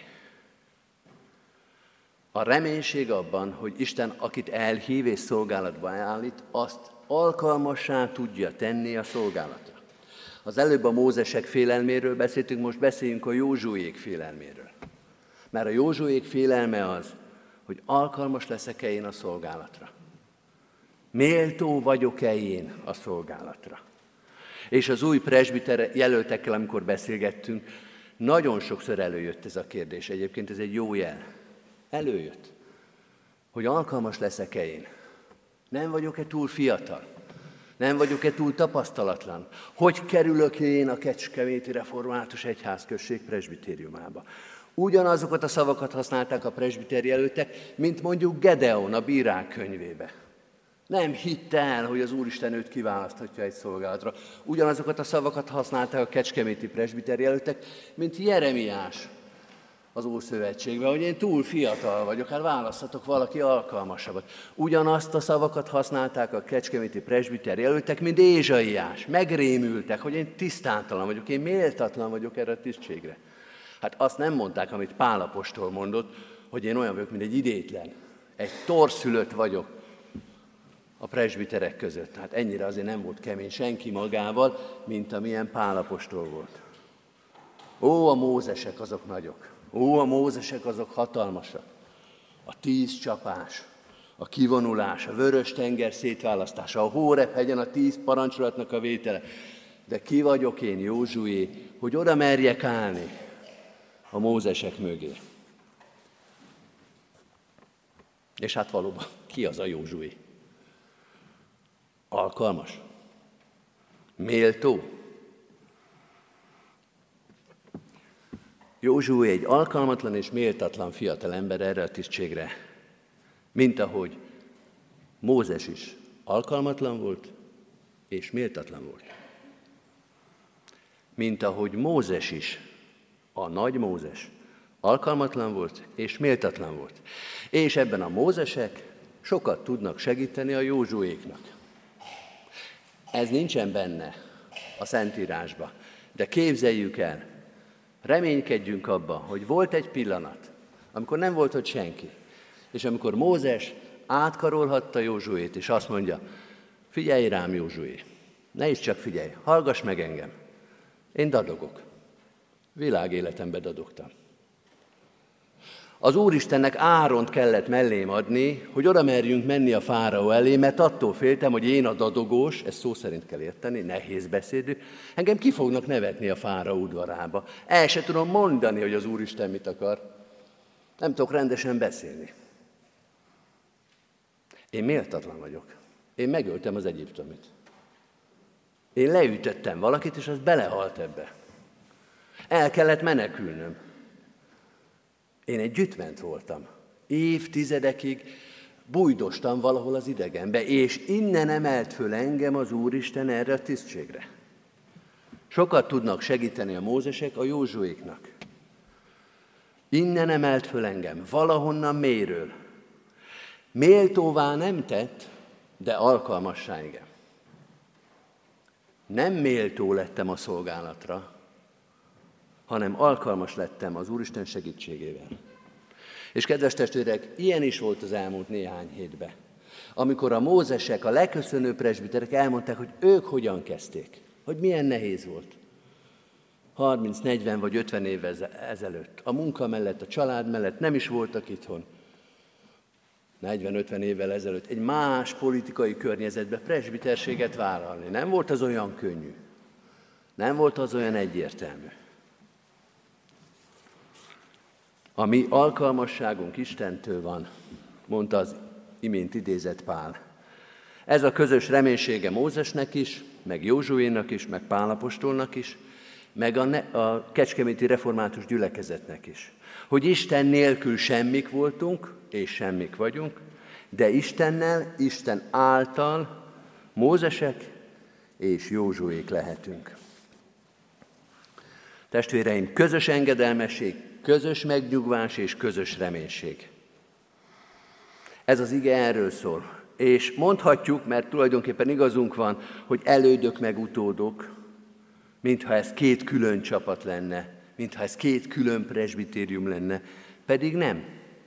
S2: A reménység abban, hogy Isten, akit elhív és szolgálatba állít, azt alkalmassá tudja tenni a szolgálatra. Az előbb a Mózesek félelméről beszéltünk, most beszéljünk a Józsuék félelméről. Mert a Józsuék félelme az, hogy alkalmas leszek-e én a szolgálatra. Méltó vagyok-e én a szolgálatra. És az új presbiter jelöltekkel, amikor beszélgettünk, nagyon sokszor előjött ez a kérdés. Egyébként ez egy jó jel. Előjött, hogy alkalmas leszek-e én. Nem vagyok-e túl fiatal? Nem vagyok-e túl tapasztalatlan? Hogy kerülök én a Kecskeméti Református Egyházközség presbitériumába? Ugyanazokat a szavakat használták a presbiter jelöltek, mint mondjuk Gedeon a Bírák könyvébe. Nem hitte el, hogy az Úristen őt kiválaszthatja egy szolgálatra. Ugyanazokat a szavakat használták a kecskeméti presbiter jelöltek, mint Jeremiás az Ószövetségben, hogy én túl fiatal vagyok, hát választhatok valaki alkalmasabbat. Ugyanazt a szavakat használták a kecskeméti presbiter jelöltek, mint Ézsaiás. Megrémültek, hogy én tisztátalan vagyok, én méltatlan vagyok erre a tisztségre. Hát azt nem mondták, amit Pál apostol mondott, hogy én olyan vagyok, mint egy idétlen. Egy torszülött vagyok a presbiterek között. Hát ennyire azért nem volt kemény senki magával, mint amilyen Pál apostol volt. Ó, a Mózesek azok nagyok. Ó, a Mózesek azok hatalmasak. A 10 csapás, a kivonulás, a Vörös-tenger szétválasztása, a Hóreb-hegyen a 10 parancsolatnak a vétele. De ki vagyok én, Józsué, hogy oda merjek állni a Mózesek mögé. És hát valóban, ki az a Józsué? Alkalmas? Méltó? Józsué egy alkalmatlan és méltatlan fiatalember erre a tisztségre, mint ahogy Mózes is alkalmatlan volt és méltatlan volt. Mint ahogy Mózes is, a nagy Mózes, alkalmatlan volt és méltatlan volt. És ebben a Mózesek sokat tudnak segíteni a Józsuéknak. Ez nincsen benne a Szentírásban, de képzeljük el, reménykedjünk abba, hogy volt egy pillanat, amikor nem volt ott senki, és amikor Mózes átkarolhatta Józsuét, és azt mondja, figyelj rám, Józsué, ne is csak figyelj, hallgass meg engem, én dadogok, világéletembe dadogtam. Az Úristennek Áront kellett mellém adni, hogy oda merjünk menni a fáraó elé, mert attól féltem, hogy én a dadogós, ezt szó szerint kell érteni, nehéz beszédű, engem ki fognak nevetni a fáraó udvarába. El se tudom mondani, hogy az Úristen mit akar. Nem tudok rendesen beszélni. Én méltatlan vagyok. Én megöltem az egyiptomit. Én leütöttem valakit, és az belehalt ebbe. El kellett menekülnöm. Én egy gyütment voltam. Évtizedekig bújdostam valahol az idegenbe, és innen emelt föl engem az Úristen erre a tisztségre. Sokat tudnak segíteni a Mózesek a Józsuéknak. Innen emelt föl engem, valahonnan mélyről. Méltóvá nem tett, de alkalmassá igen. Nem méltó lettem a szolgálatra, hanem alkalmas lettem az Úristen segítségével. És kedves testvérek, ilyen is volt az elmúlt néhány hétben. Amikor a Mózesek, a leköszönő presbiterek elmondták, hogy ők hogyan kezdték, hogy milyen nehéz volt. 30, 40 vagy 50 évvel ezelőtt. A munka mellett, a család mellett nem is voltak itthon. 40-50 évvel ezelőtt egy más politikai környezetbe presbiterséget vállalni. Nem volt az olyan könnyű. Nem volt az olyan egyértelmű. A mi alkalmasságunk Istentől van, mondta az imént idézett Pál. Ez a közös reménysége Mózesnek is, meg Józsuénak is, meg Pál apostolnak is, meg a kecskeméti református gyülekezetnek is. Hogy Isten nélkül semmik voltunk, és semmik vagyunk, de Istennel, Isten által Mózesek és Józsuék lehetünk. Testvéreim, közös engedelmesség, közös megnyugvás és közös reménység. Ez az ige erről szól. És mondhatjuk, mert tulajdonképpen igazunk van, hogy elődök meg utódok, mintha ez két külön csapat lenne, mintha ez két külön presbitérium lenne, pedig nem.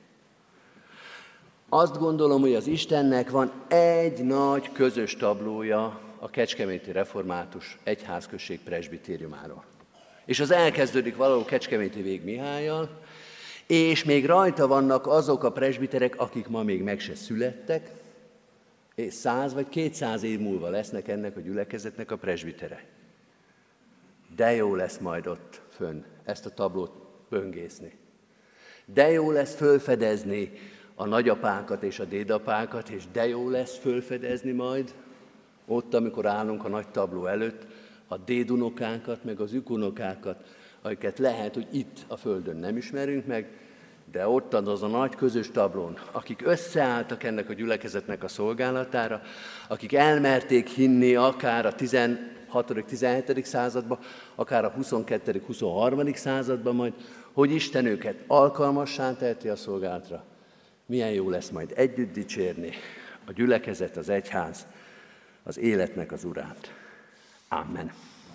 S2: Azt gondolom, hogy az Istennek van egy nagy közös tablója a Kecskeméti Református Egyházközség presbitériumáról. És az elkezdődik valahol Kecskeméti Vég Mihállyal, és még rajta vannak azok a presbiterek, akik ma még meg se születtek, és 100 vagy 200 év múlva lesznek ennek a gyülekezetnek a presbitere. De jó lesz majd ott fönn ezt a tablót böngészni. De jó lesz fölfedezni a nagyapákat és a dédapákat, és de jó lesz fölfedezni majd ott, amikor állunk a nagy tabló előtt, a dédunokákat, meg az ükunokákat, akiket lehet, hogy itt a földön nem ismerünk meg, de ott az a nagy közös tablón, akik összeálltak ennek a gyülekezetnek a szolgálatára, akik elmerték hinni akár a 16.-17. században, akár a 22.-23. században majd, hogy Isten őket alkalmassá teheti a szolgálatra. Milyen jó lesz majd együtt dicsérni a gyülekezet, az egyház, az életnek az urát. Amen.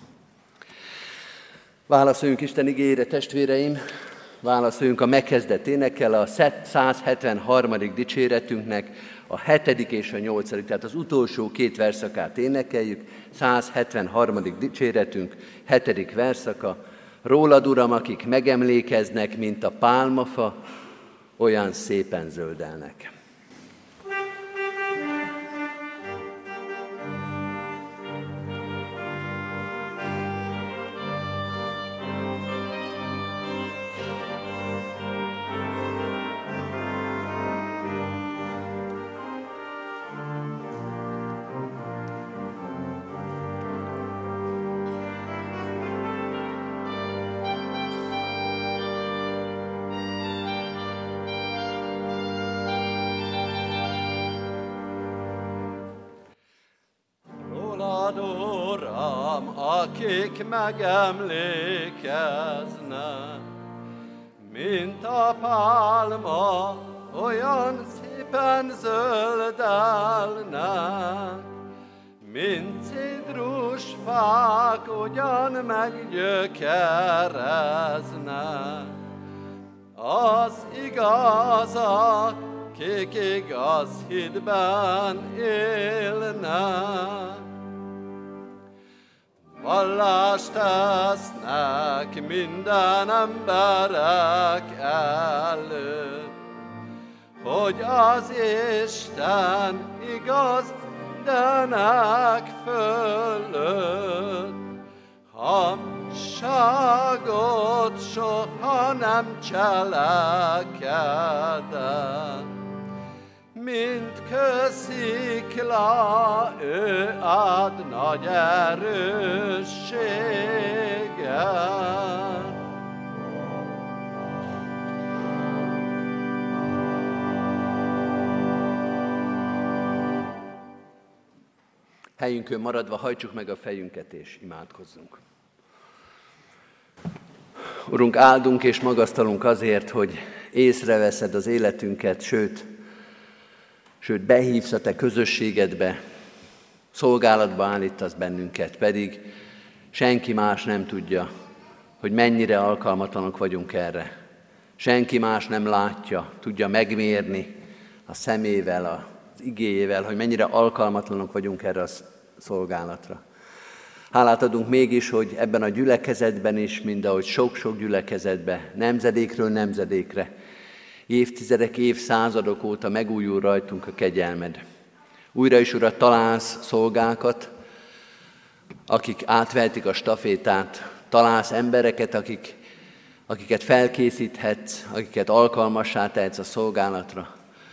S2: Válaszoljunk Isten igéjére, testvéreim, válaszoljunk a megkezdett énekkel, a 173. dicséretünknek a 7. és a 8., tehát az utolsó 2 verszakát énekeljük, 173. dicséretünk, 7. verszaka. Rólad, Uram, akik megemlékeznek, mint a pálmafa, olyan szépen zöldelnek.
S3: Akik megemlékeznek, mint a pálma, olyan szépen zöldelnek, mint cédrusfák, ugyan meggyökereznek. Az igazak, kik igaz hitben élnek, vallást tesznek minden emberek előtt, hogy az Isten igaz, de nek fölött. Hamságot soha nem cselekedett, mint kőszikla, ő ad nagy erősséget.
S2: Helyünkön maradva hajtsuk meg a fejünket és imádkozzunk. Urunk, áldunk és magasztalunk azért, hogy észreveszed az életünket, sőt behívsz a te közösségedbe, szolgálatba állítasz bennünket, pedig senki más nem tudja, hogy mennyire alkalmatlanok vagyunk erre. Senki más nem látja, tudja megmérni a szemével, az igéjével, hogy mennyire alkalmatlanok vagyunk erre a szolgálatra. Hálát adunk mégis, hogy ebben a gyülekezetben is, mind ahogy sok-sok gyülekezetben, nemzedékről nemzedékre, évtizedek, évszázadok óta megújul rajtunk a kegyelmed. Újra is, Uram, találsz szolgákat, akik átvehetik a stafétát, találsz embereket, akiket felkészíthetsz, akiket alkalmassá tehetsz a szolgálatra.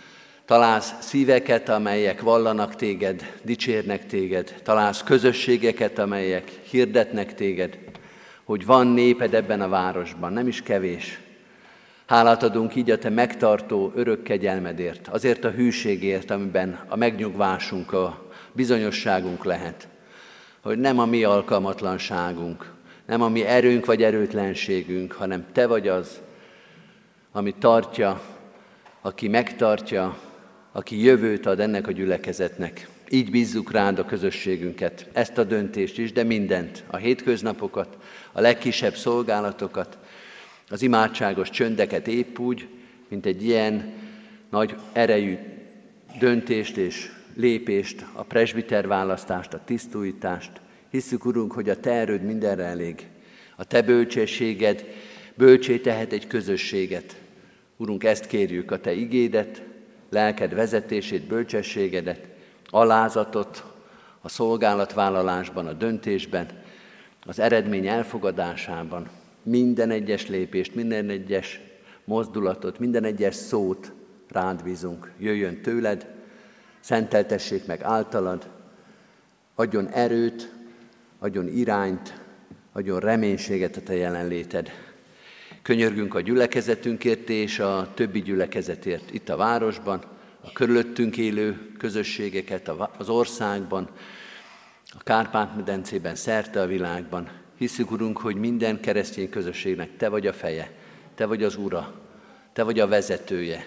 S2: Találsz szíveket, amelyek vallanak téged, dicsérnek téged. Találsz közösségeket, amelyek hirdetnek téged, hogy van néped ebben a városban, nem is kevés. Hálát adunk így a te megtartó örök kegyelmedért, azért a hűségért, amiben a megnyugvásunk, a bizonyosságunk lehet. Hogy nem a mi alkalmatlanságunk, nem a mi erőnk vagy erőtlenségünk, hanem te vagy az, ami tartja, aki megtartja, aki jövőt ad ennek a gyülekezetnek. Így bízzuk rád a közösségünket, ezt a döntést is, de mindent, a hétköznapokat, a legkisebb szolgálatokat, az imádságos csöndeket épp úgy, mint egy ilyen nagy erejű döntést és lépést, a presbiterválasztást, a tisztújítást. Hisszük, Urunk, hogy a te erőd mindenre elég. A te bölcsességed bölcsé tehet egy közösséget. Urunk, ezt kérjük, a te igédet, lelked vezetését, bölcsességedet, alázatot a szolgálatvállalásban, a döntésben, az eredmény elfogadásában, minden egyes lépést, minden egyes mozdulatot, minden egyes szót rád bízunk. Jöjjön tőled, szenteltessék meg általad, adjon erőt, adjon irányt, adjon reménységet a te jelenléted. Könyörgünk a gyülekezetünkért és a többi gyülekezetért itt a városban, a körülöttünk élő közösségeket az országban, a Kárpát-medencében, szerte a világban. Hisszük, Urunk, hogy minden keresztény közösségnek te vagy a feje, te vagy az ura, te vagy a vezetője.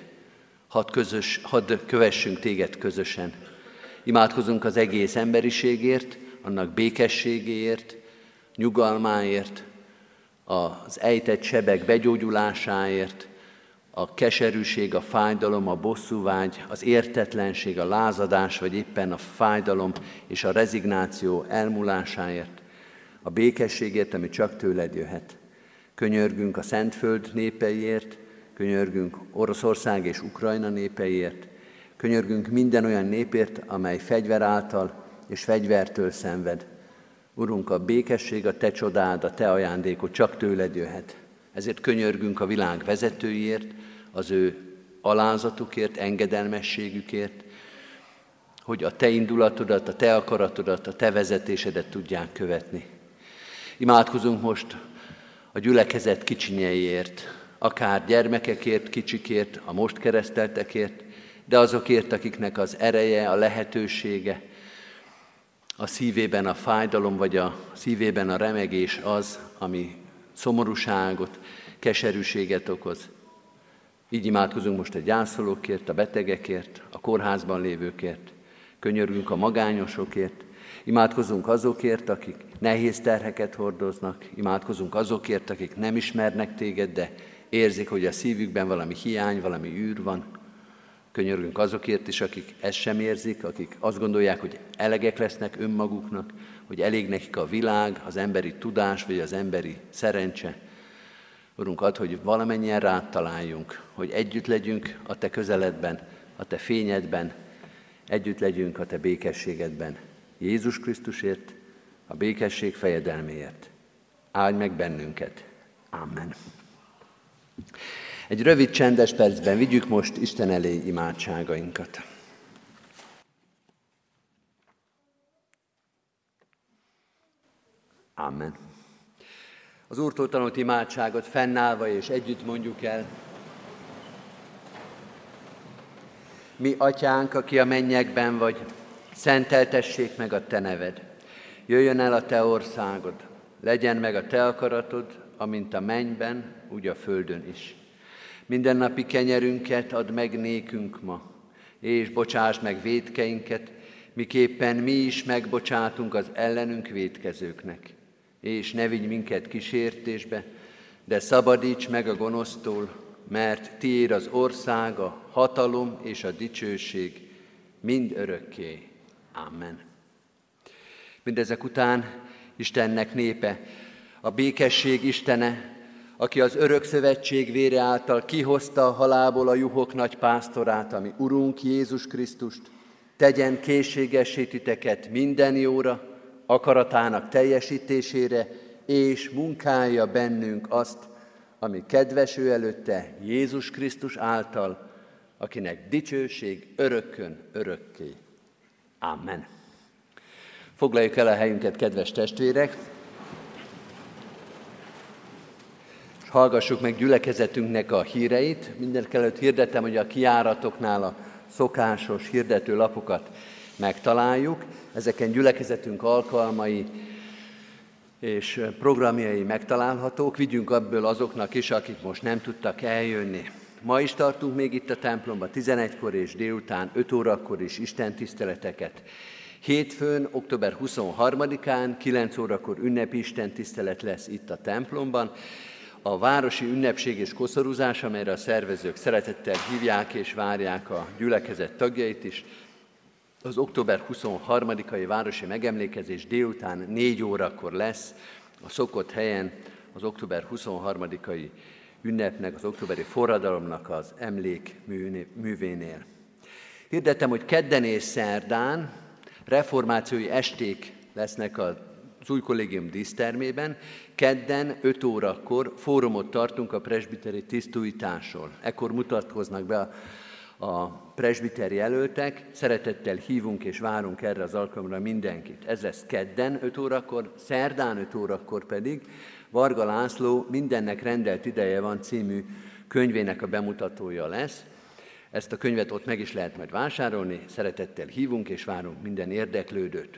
S2: Hadd kövessünk téged közösen. Imádkozunk az egész emberiségért, annak békességéért, nyugalmáért, az ejtett sebek begyógyulásáért, a keserűség, a fájdalom, a bosszúvágy, az értetlenség, a lázadás, vagy éppen a fájdalom és a rezignáció elmúlásáért, a békességért, ami csak tőled jöhet. Könyörgünk a Szentföld népeiért, könyörgünk Oroszország és Ukrajna népeiért, könyörgünk minden olyan népért, amely fegyver által és fegyvertől szenved. Urunk, a békesség, a te csodád, a te ajándékod csak tőled jöhet. Ezért könyörgünk a világ vezetőiért, az ő alázatukért, engedelmességükért, hogy a te indulatodat, a te akaratodat, a te vezetésedet tudják követni. Imádkozunk most a gyülekezet kicsinyeiért, akár gyermekekért, kicsikért, a most kereszteltekért, de azokért, akiknek az ereje, a lehetősége, a szívében a fájdalom, vagy a szívében a remegés az, ami szomorúságot, keserűséget okoz. Így imádkozunk most a gyászolókért, a betegekért, a kórházban lévőkért. Könyörgünk a magányosokért, imádkozunk azokért, akik nehéz terheket hordoznak, imádkozunk azokért, akik nem ismernek téged, de érzik, hogy a szívükben valami hiány, valami űr van. Könyörgünk azokért is, akik ezt sem érzik, akik azt gondolják, hogy elegek lesznek önmaguknak, hogy elég nekik a világ, az emberi tudás, vagy az emberi szerencse. Urunk, add, hogy valamennyien rád találjunk, hogy együtt legyünk a te közeledben, a te fényedben, együtt legyünk a te békességedben. Jézus Krisztusért, a békesség fejedelméért. Áldj meg bennünket. Amen. Egy rövid csendes percben vigyük most Isten elé imádságainkat. Amen. Az Úrtól tanult imádságot fennállva és együtt mondjuk el. Mi, Atyánk, aki a mennyekben vagy, szenteltessék meg a te neved. Jöjjön el a te országod, legyen meg a te akaratod, amint a mennyben, úgy a földön is. Mindennapi kenyerünket add meg nékünk ma, és bocsásd meg vétkeinket, miképpen mi is megbocsátunk az ellenünk vétkezőknek. És ne vigy minket kísértésbe, de szabadíts meg a gonosztól, mert tiéd az ország, a hatalom és a dicsőség mind örökké. Amen. Mindezek után Istennek népe, a békesség Istene, aki az örök szövetség vére által kihozta a halálból a juhok nagy pásztorát, ami Urunk Jézus Krisztust, tegyen készségessé titeket minden jóra, akaratának teljesítésére, és munkálja bennünk azt, ami kedves ő előtte Jézus Krisztus által, akinek dicsőség örökkön örökké. Amen. Foglaljuk el a helyünket, kedves testvérek, és hallgassuk meg gyülekezetünknek a híreit. Mindenekelőtt hirdettem, hogy a kijáratoknál a szokásos hirdető lapokat megtaláljuk. Ezeken gyülekezetünk alkalmai és programjai megtalálhatók. Vigyünk abból azoknak is, akik most nem tudtak eljönni. Ma is tartunk még itt a templomban 11-kor és délután 5 órakor is istentiszteleteket. Hétfőn, október 23-án 9 órakor ünnepi istentisztelet lesz itt a templomban. A városi ünnepség és koszorúzás, amelyre a szervezők szeretettel hívják és várják a gyülekezet tagjait is, az október 23-ai városi megemlékezés délután 4 órakor lesz a szokott helyen, az október 23-ai ünnepnek, az októberi forradalomnak az emlékművénél. Hirdettem, hogy kedden és szerdán reformációi esték lesznek az új kollégium dísztermében. Kedden 5 órakor fórumot tartunk a presbiteri tisztújításról. Ekkor mutatkoznak be a presbiteri jelöltek, szeretettel hívunk és várunk erre az alkalomra mindenkit. Ez lesz kedden 5 órakor, szerdán 5 órakor pedig Varga László Mindennek rendelt ideje van című könyvének a bemutatója lesz. Ezt a könyvet ott meg is lehet majd vásárolni, szeretettel hívunk és várunk minden érdeklődőt.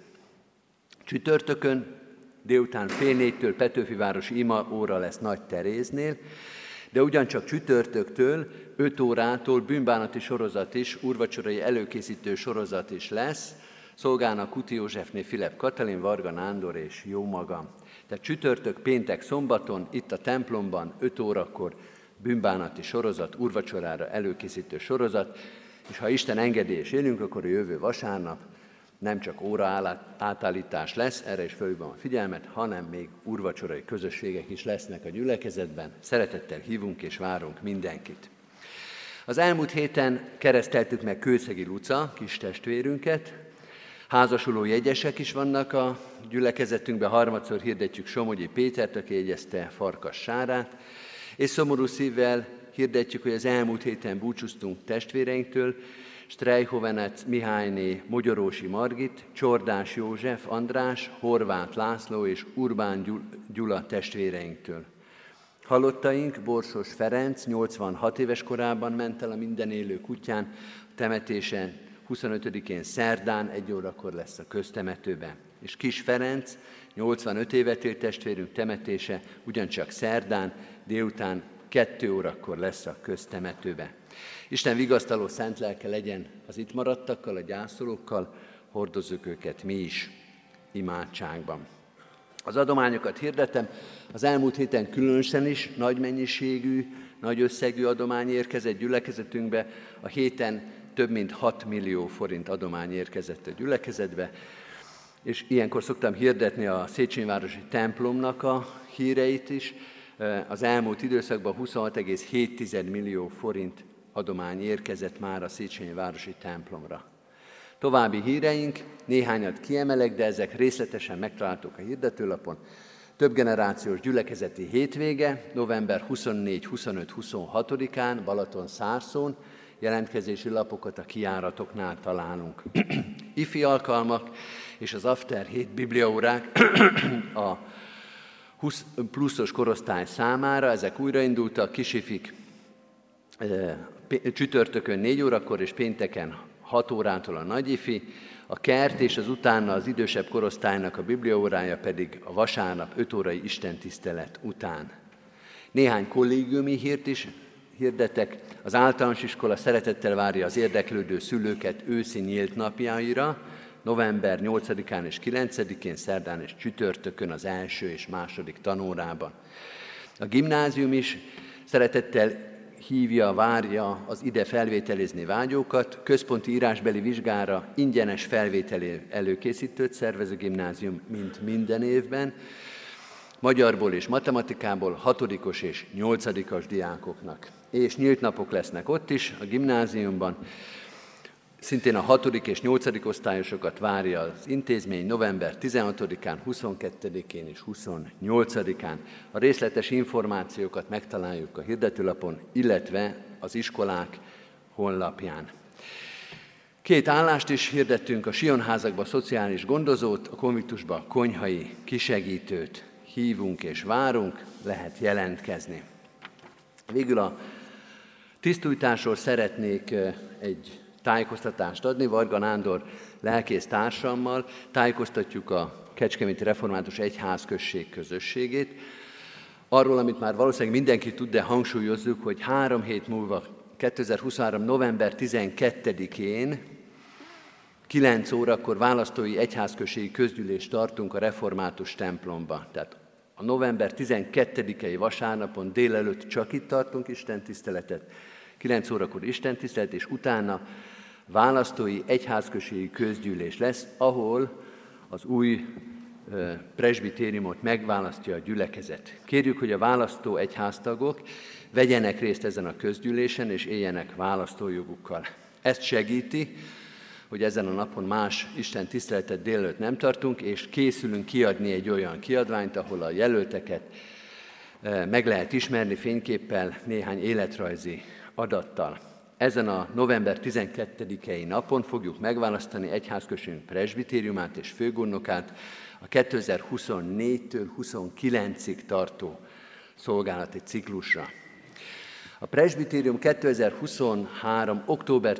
S2: Csütörtökön délután 3:30 Petőfivárosi ima óra lesz Nagy Teréznél, de ugyancsak csütörtöktől 5 órától bűnbánati sorozat is, úrvacsorai előkészítő sorozat is lesz. Szolgálnak Kuti Józsefné Filip Katalin, Varga Nándor és jó magam. Tehát csütörtök, péntek, szombaton itt a templomban 5 órakor bűnbánati sorozat, úrvacsorára előkészítő sorozat, és ha Isten engedi és élünk, akkor a jövő vasárnap nem csak óra átállítás lesz, erre is fölhívom a figyelmet, hanem még úrvacsorai közösségek is lesznek a gyülekezetben. Szeretettel hívunk és várunk mindenkit. Az elmúlt héten kereszteltük meg Kőszegi Luca, kis testvérünket. Házasuló jegyesek is vannak a gyülekezetünkben, harmadszor hirdetjük Somogyi Pétert, aki jegyezte Farkas Sárát, és szomorú szívvel hirdetjük, hogy az elmúlt héten búcsúztunk testvéreinktől, Strejhovenec Mihályné Mogyorósi Margit, Csordás József András, Horváth László és Urbán Gyula testvéreinktől. Halottaink Borsos Ferenc 86 éves korában ment el a minden élő kutyán, a temetésen 25-én szerdán 1 órakor lesz a köztemetőben. És Kis Ferenc 85 évet élt testvérünk temetése ugyancsak szerdán délután 2 órakor lesz a köztemetőben. Isten vigasztaló szent lelke legyen az itt maradtakkal, a gyászolókkal, hordozzuk őket mi is imádságban. Az adományokat hirdetem, az elmúlt héten különösen is nagy mennyiségű, nagy összegű adomány érkezett gyülekezetünkbe, a héten több mint 6 millió forint adomány érkezett a gyülekezetbe, és ilyenkor szoktam hirdetni a Széchenyi-városi templomnak a híreit is. Az elmúlt időszakban 26,7 millió forint adomány érkezett már a Széchenyi-városi templomra. További híreink, néhányat kiemelek, de ezek részletesen megtalálhatók a hirdetőlapon. Több generációs gyülekezeti hétvége, november 24-25-26-án Balaton-Szárszón, jelentkezési lapokat a kijáratoknál találunk. Ifi alkalmak és az After hét bibliaórák a 20 pluszos korosztály számára, ezek újraindultak, kisifik csütörtökön 4 órakor és pénteken 6 órától a nagyifi, a kert és az utána az idősebb korosztálynak a bibliaórája pedig a vasárnap 5 órai istentisztelet után. Néhány kollégiumi hírt is hirdetek. Az általános iskola szeretettel várja az érdeklődő szülőket őszi nyílt napjaira, november 8-án és 9-én, szerdán és csütörtökön az első és második tanórában. A gimnázium is szeretettel hívja, várja az ide felvételizni vágyókat. Központi írásbeli vizsgára ingyenes felvételi előkészítőt szervez a gimnázium, mint minden évben. Magyarból és matematikából 6-os és 8-as diákoknak. És nyílt napok lesznek ott is, a gimnáziumban. Szintén a 6. és 8. osztályosokat várja az intézmény november 16-án, 22-én és 28-án. A részletes információkat megtaláljuk a hirdetőlapon, illetve az iskolák honlapján. 2 állást is hirdettünk, a Sionházakba szociális gondozót, a konviktusba konyhai kisegítőt hívunk és várunk, lehet jelentkezni. Végül a tisztújtásról szeretnék egy tájékoztatást adni. Varga Nándor lelkész társammal tájékoztatjuk a Kecskeméti Református Egyházközség közösségét. Arról, amit már valószínűleg mindenki tud, de hangsúlyozzuk, hogy 3 hét múlva, 2023. november 12-én 9 órakor választói egyházközségi közgyűlést tartunk a református templomba. Tehát a november 12-i vasárnapon délelőtt csak itt tartunk istentiszteletet, 9 órakor istentisztelet, és utána választói egyházközségi közgyűlés lesz, ahol az új presbitériumot megválasztja a gyülekezet. Kérjük, hogy a választó egyháztagok vegyenek részt ezen a közgyűlésen, és éljenek választójogukkal. Ezt segíti, hogy ezen a napon más Isten tiszteletet délelőtt nem tartunk, és készülünk kiadni egy olyan kiadványt, ahol a jelölteket meg lehet ismerni fényképpel, néhány életrajzi adattal. Ezen a november 12-i napon fogjuk megválasztani egyházközségünk presbitériumát és főgondnokát a 2024-től 29-ig tartó szolgálati ciklusra. A presbitérium 2023. október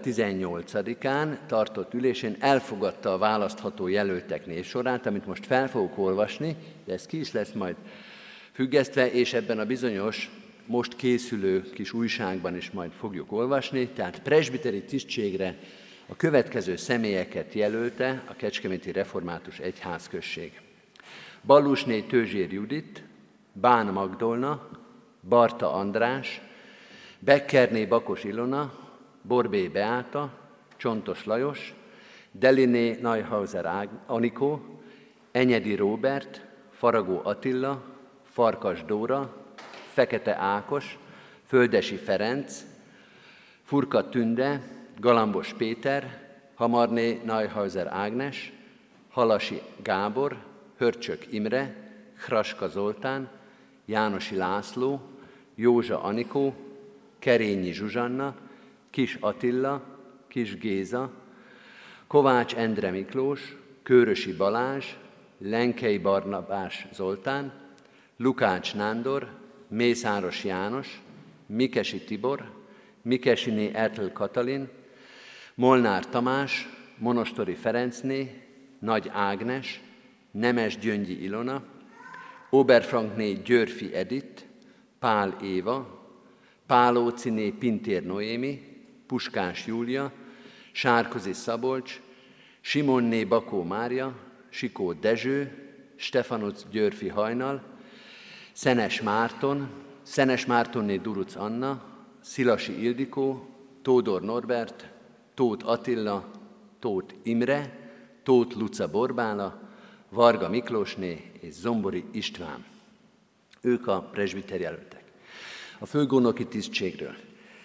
S2: 18-án tartott ülésén elfogadta a választható jelöltek névsorát, amit most fel fogok olvasni, de ez ki is lesz majd függesztve, és ebben a bizonyos, most készülő kis újságban is majd fogjuk olvasni. Tehát presbiteri tisztségre a következő személyeket jelölte a Kecskeméti Református Egyházközség. Ballusné Tőzsér Judit, Bán Magdolna, Barta András, Beckerné Bakos Ilona, Borbé Beáta, Csontos Lajos, Deliné Neuhauser Anikó, Enyedi Róbert, Faragó Attila, Farkas Dóra, Fekete Ákos, Földesi Ferenc, Furka Tünde, Galambos Péter, Hamarné Neuhauser Ágnes, Halasi Gábor, Hörcsök Imre, Hraska Zoltán, Jánosi László, Józsa Anikó, Kerényi Zsuzsanna, Kis Attila, Kis Géza, Kovács Endre Miklós, Kőrösi Balázs, Lenkei Barnabás Zoltán, Lukács Nándor, Mészáros János, Mikesi Tibor, Mikesiné Ertl Katalin, Molnár Tamás, Monostori Ferencné, Nagy Ágnes, Nemes Gyöngyi Ilona, Oberfrankné Györfi Edith, Pál Éva, Pálóciné Pintér Noémi, Puskás Júlia, Sárközi Szabolcs, Simonné Bakó Mária, Sikó Dezső, Stefanuc Györfi Hajnal, Szenes Márton, Szenes Mártonné Duruc Anna, Szilasi Ildikó, Tódor Norbert, Tóth Attila, Tóth Imre, Tóth Luca Borbála, Varga Miklósné és Zombori István. Ők a presbiter jelöltek. A főgondnoki tisztségről.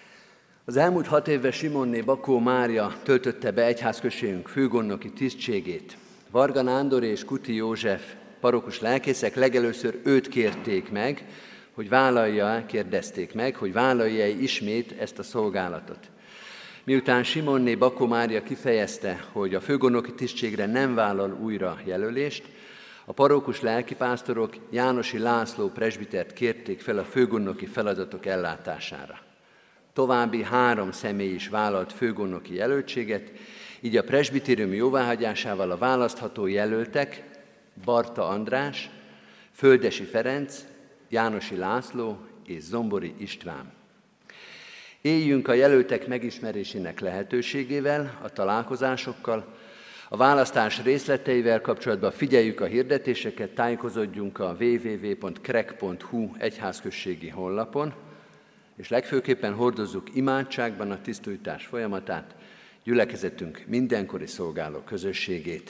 S2: Az elmúlt 6 évben Simonné Bakó Mária töltötte be egyházközségünk főgondnoki tisztségét. Varga Nándor és Kuti József parokus lelkészek legelőször őt kérték meg, hogy kérdezték meg, hogy vállalja ismét ezt a szolgálatot. Miután Simonné Bakó Mária kifejezte, hogy a főgondnoki tisztségre nem vállal újra jelölést, a parókus lelkipásztorok Jánosi László presbitert kérték fel a főgondnoki feladatok ellátására. További 3 személy is vállalt főgondnoki jelöltséget, így a presbitérium jóváhagyásával a választható jelöltek Barta András, Földesi Ferenc, Jánosi László és Zombori István. Éljünk a jelöltek megismerésének lehetőségével, a találkozásokkal, a választás részleteivel kapcsolatban figyeljük a hirdetéseket, tájékozódjunk a www.krek.hu egyházközségi honlapon, és legfőképpen hordozzuk imádságban a tisztújtás folyamatát, gyülekezetünk mindenkori szolgáló közösségét.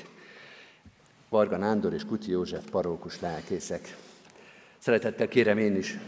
S2: Varga Nándor és Kuti József parókus lelkészek. Szeretettel kérem én is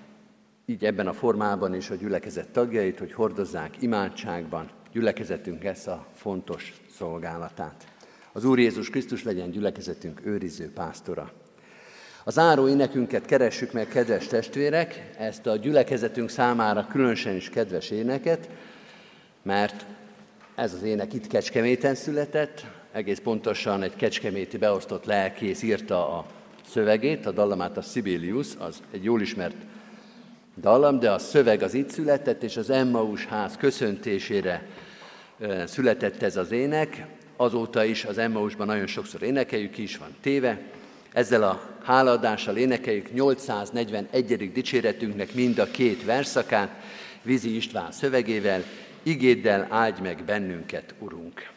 S2: így ebben a formában is a gyülekezet tagjait, hogy hordozzák imádságban gyülekezetünk ezt a fontos szolgálatát. Az Úr Jézus Krisztus legyen gyülekezetünk őriző pásztora. A záró énekünket keressük meg, kedves testvérek, ezt a gyülekezetünk számára különösen is kedves éneket. mert ez az ének itt Kecskeméten született, egész pontosan egy kecskeméti beosztott lelkész írta a szövegét, a dallamát a Sibelius, az egy jól ismert dallam, de a szöveg az itt született, és az Emmaus ház köszöntésére született ez az ének. Azóta is az Emmausban nagyon sokszor énekeljük, ki is van téve. Ezzel a hálaadással énekeljük 841. dicséretünknek mind a két versszakát, Vizi István szövegével, igéddel áldj meg bennünket, Urunk!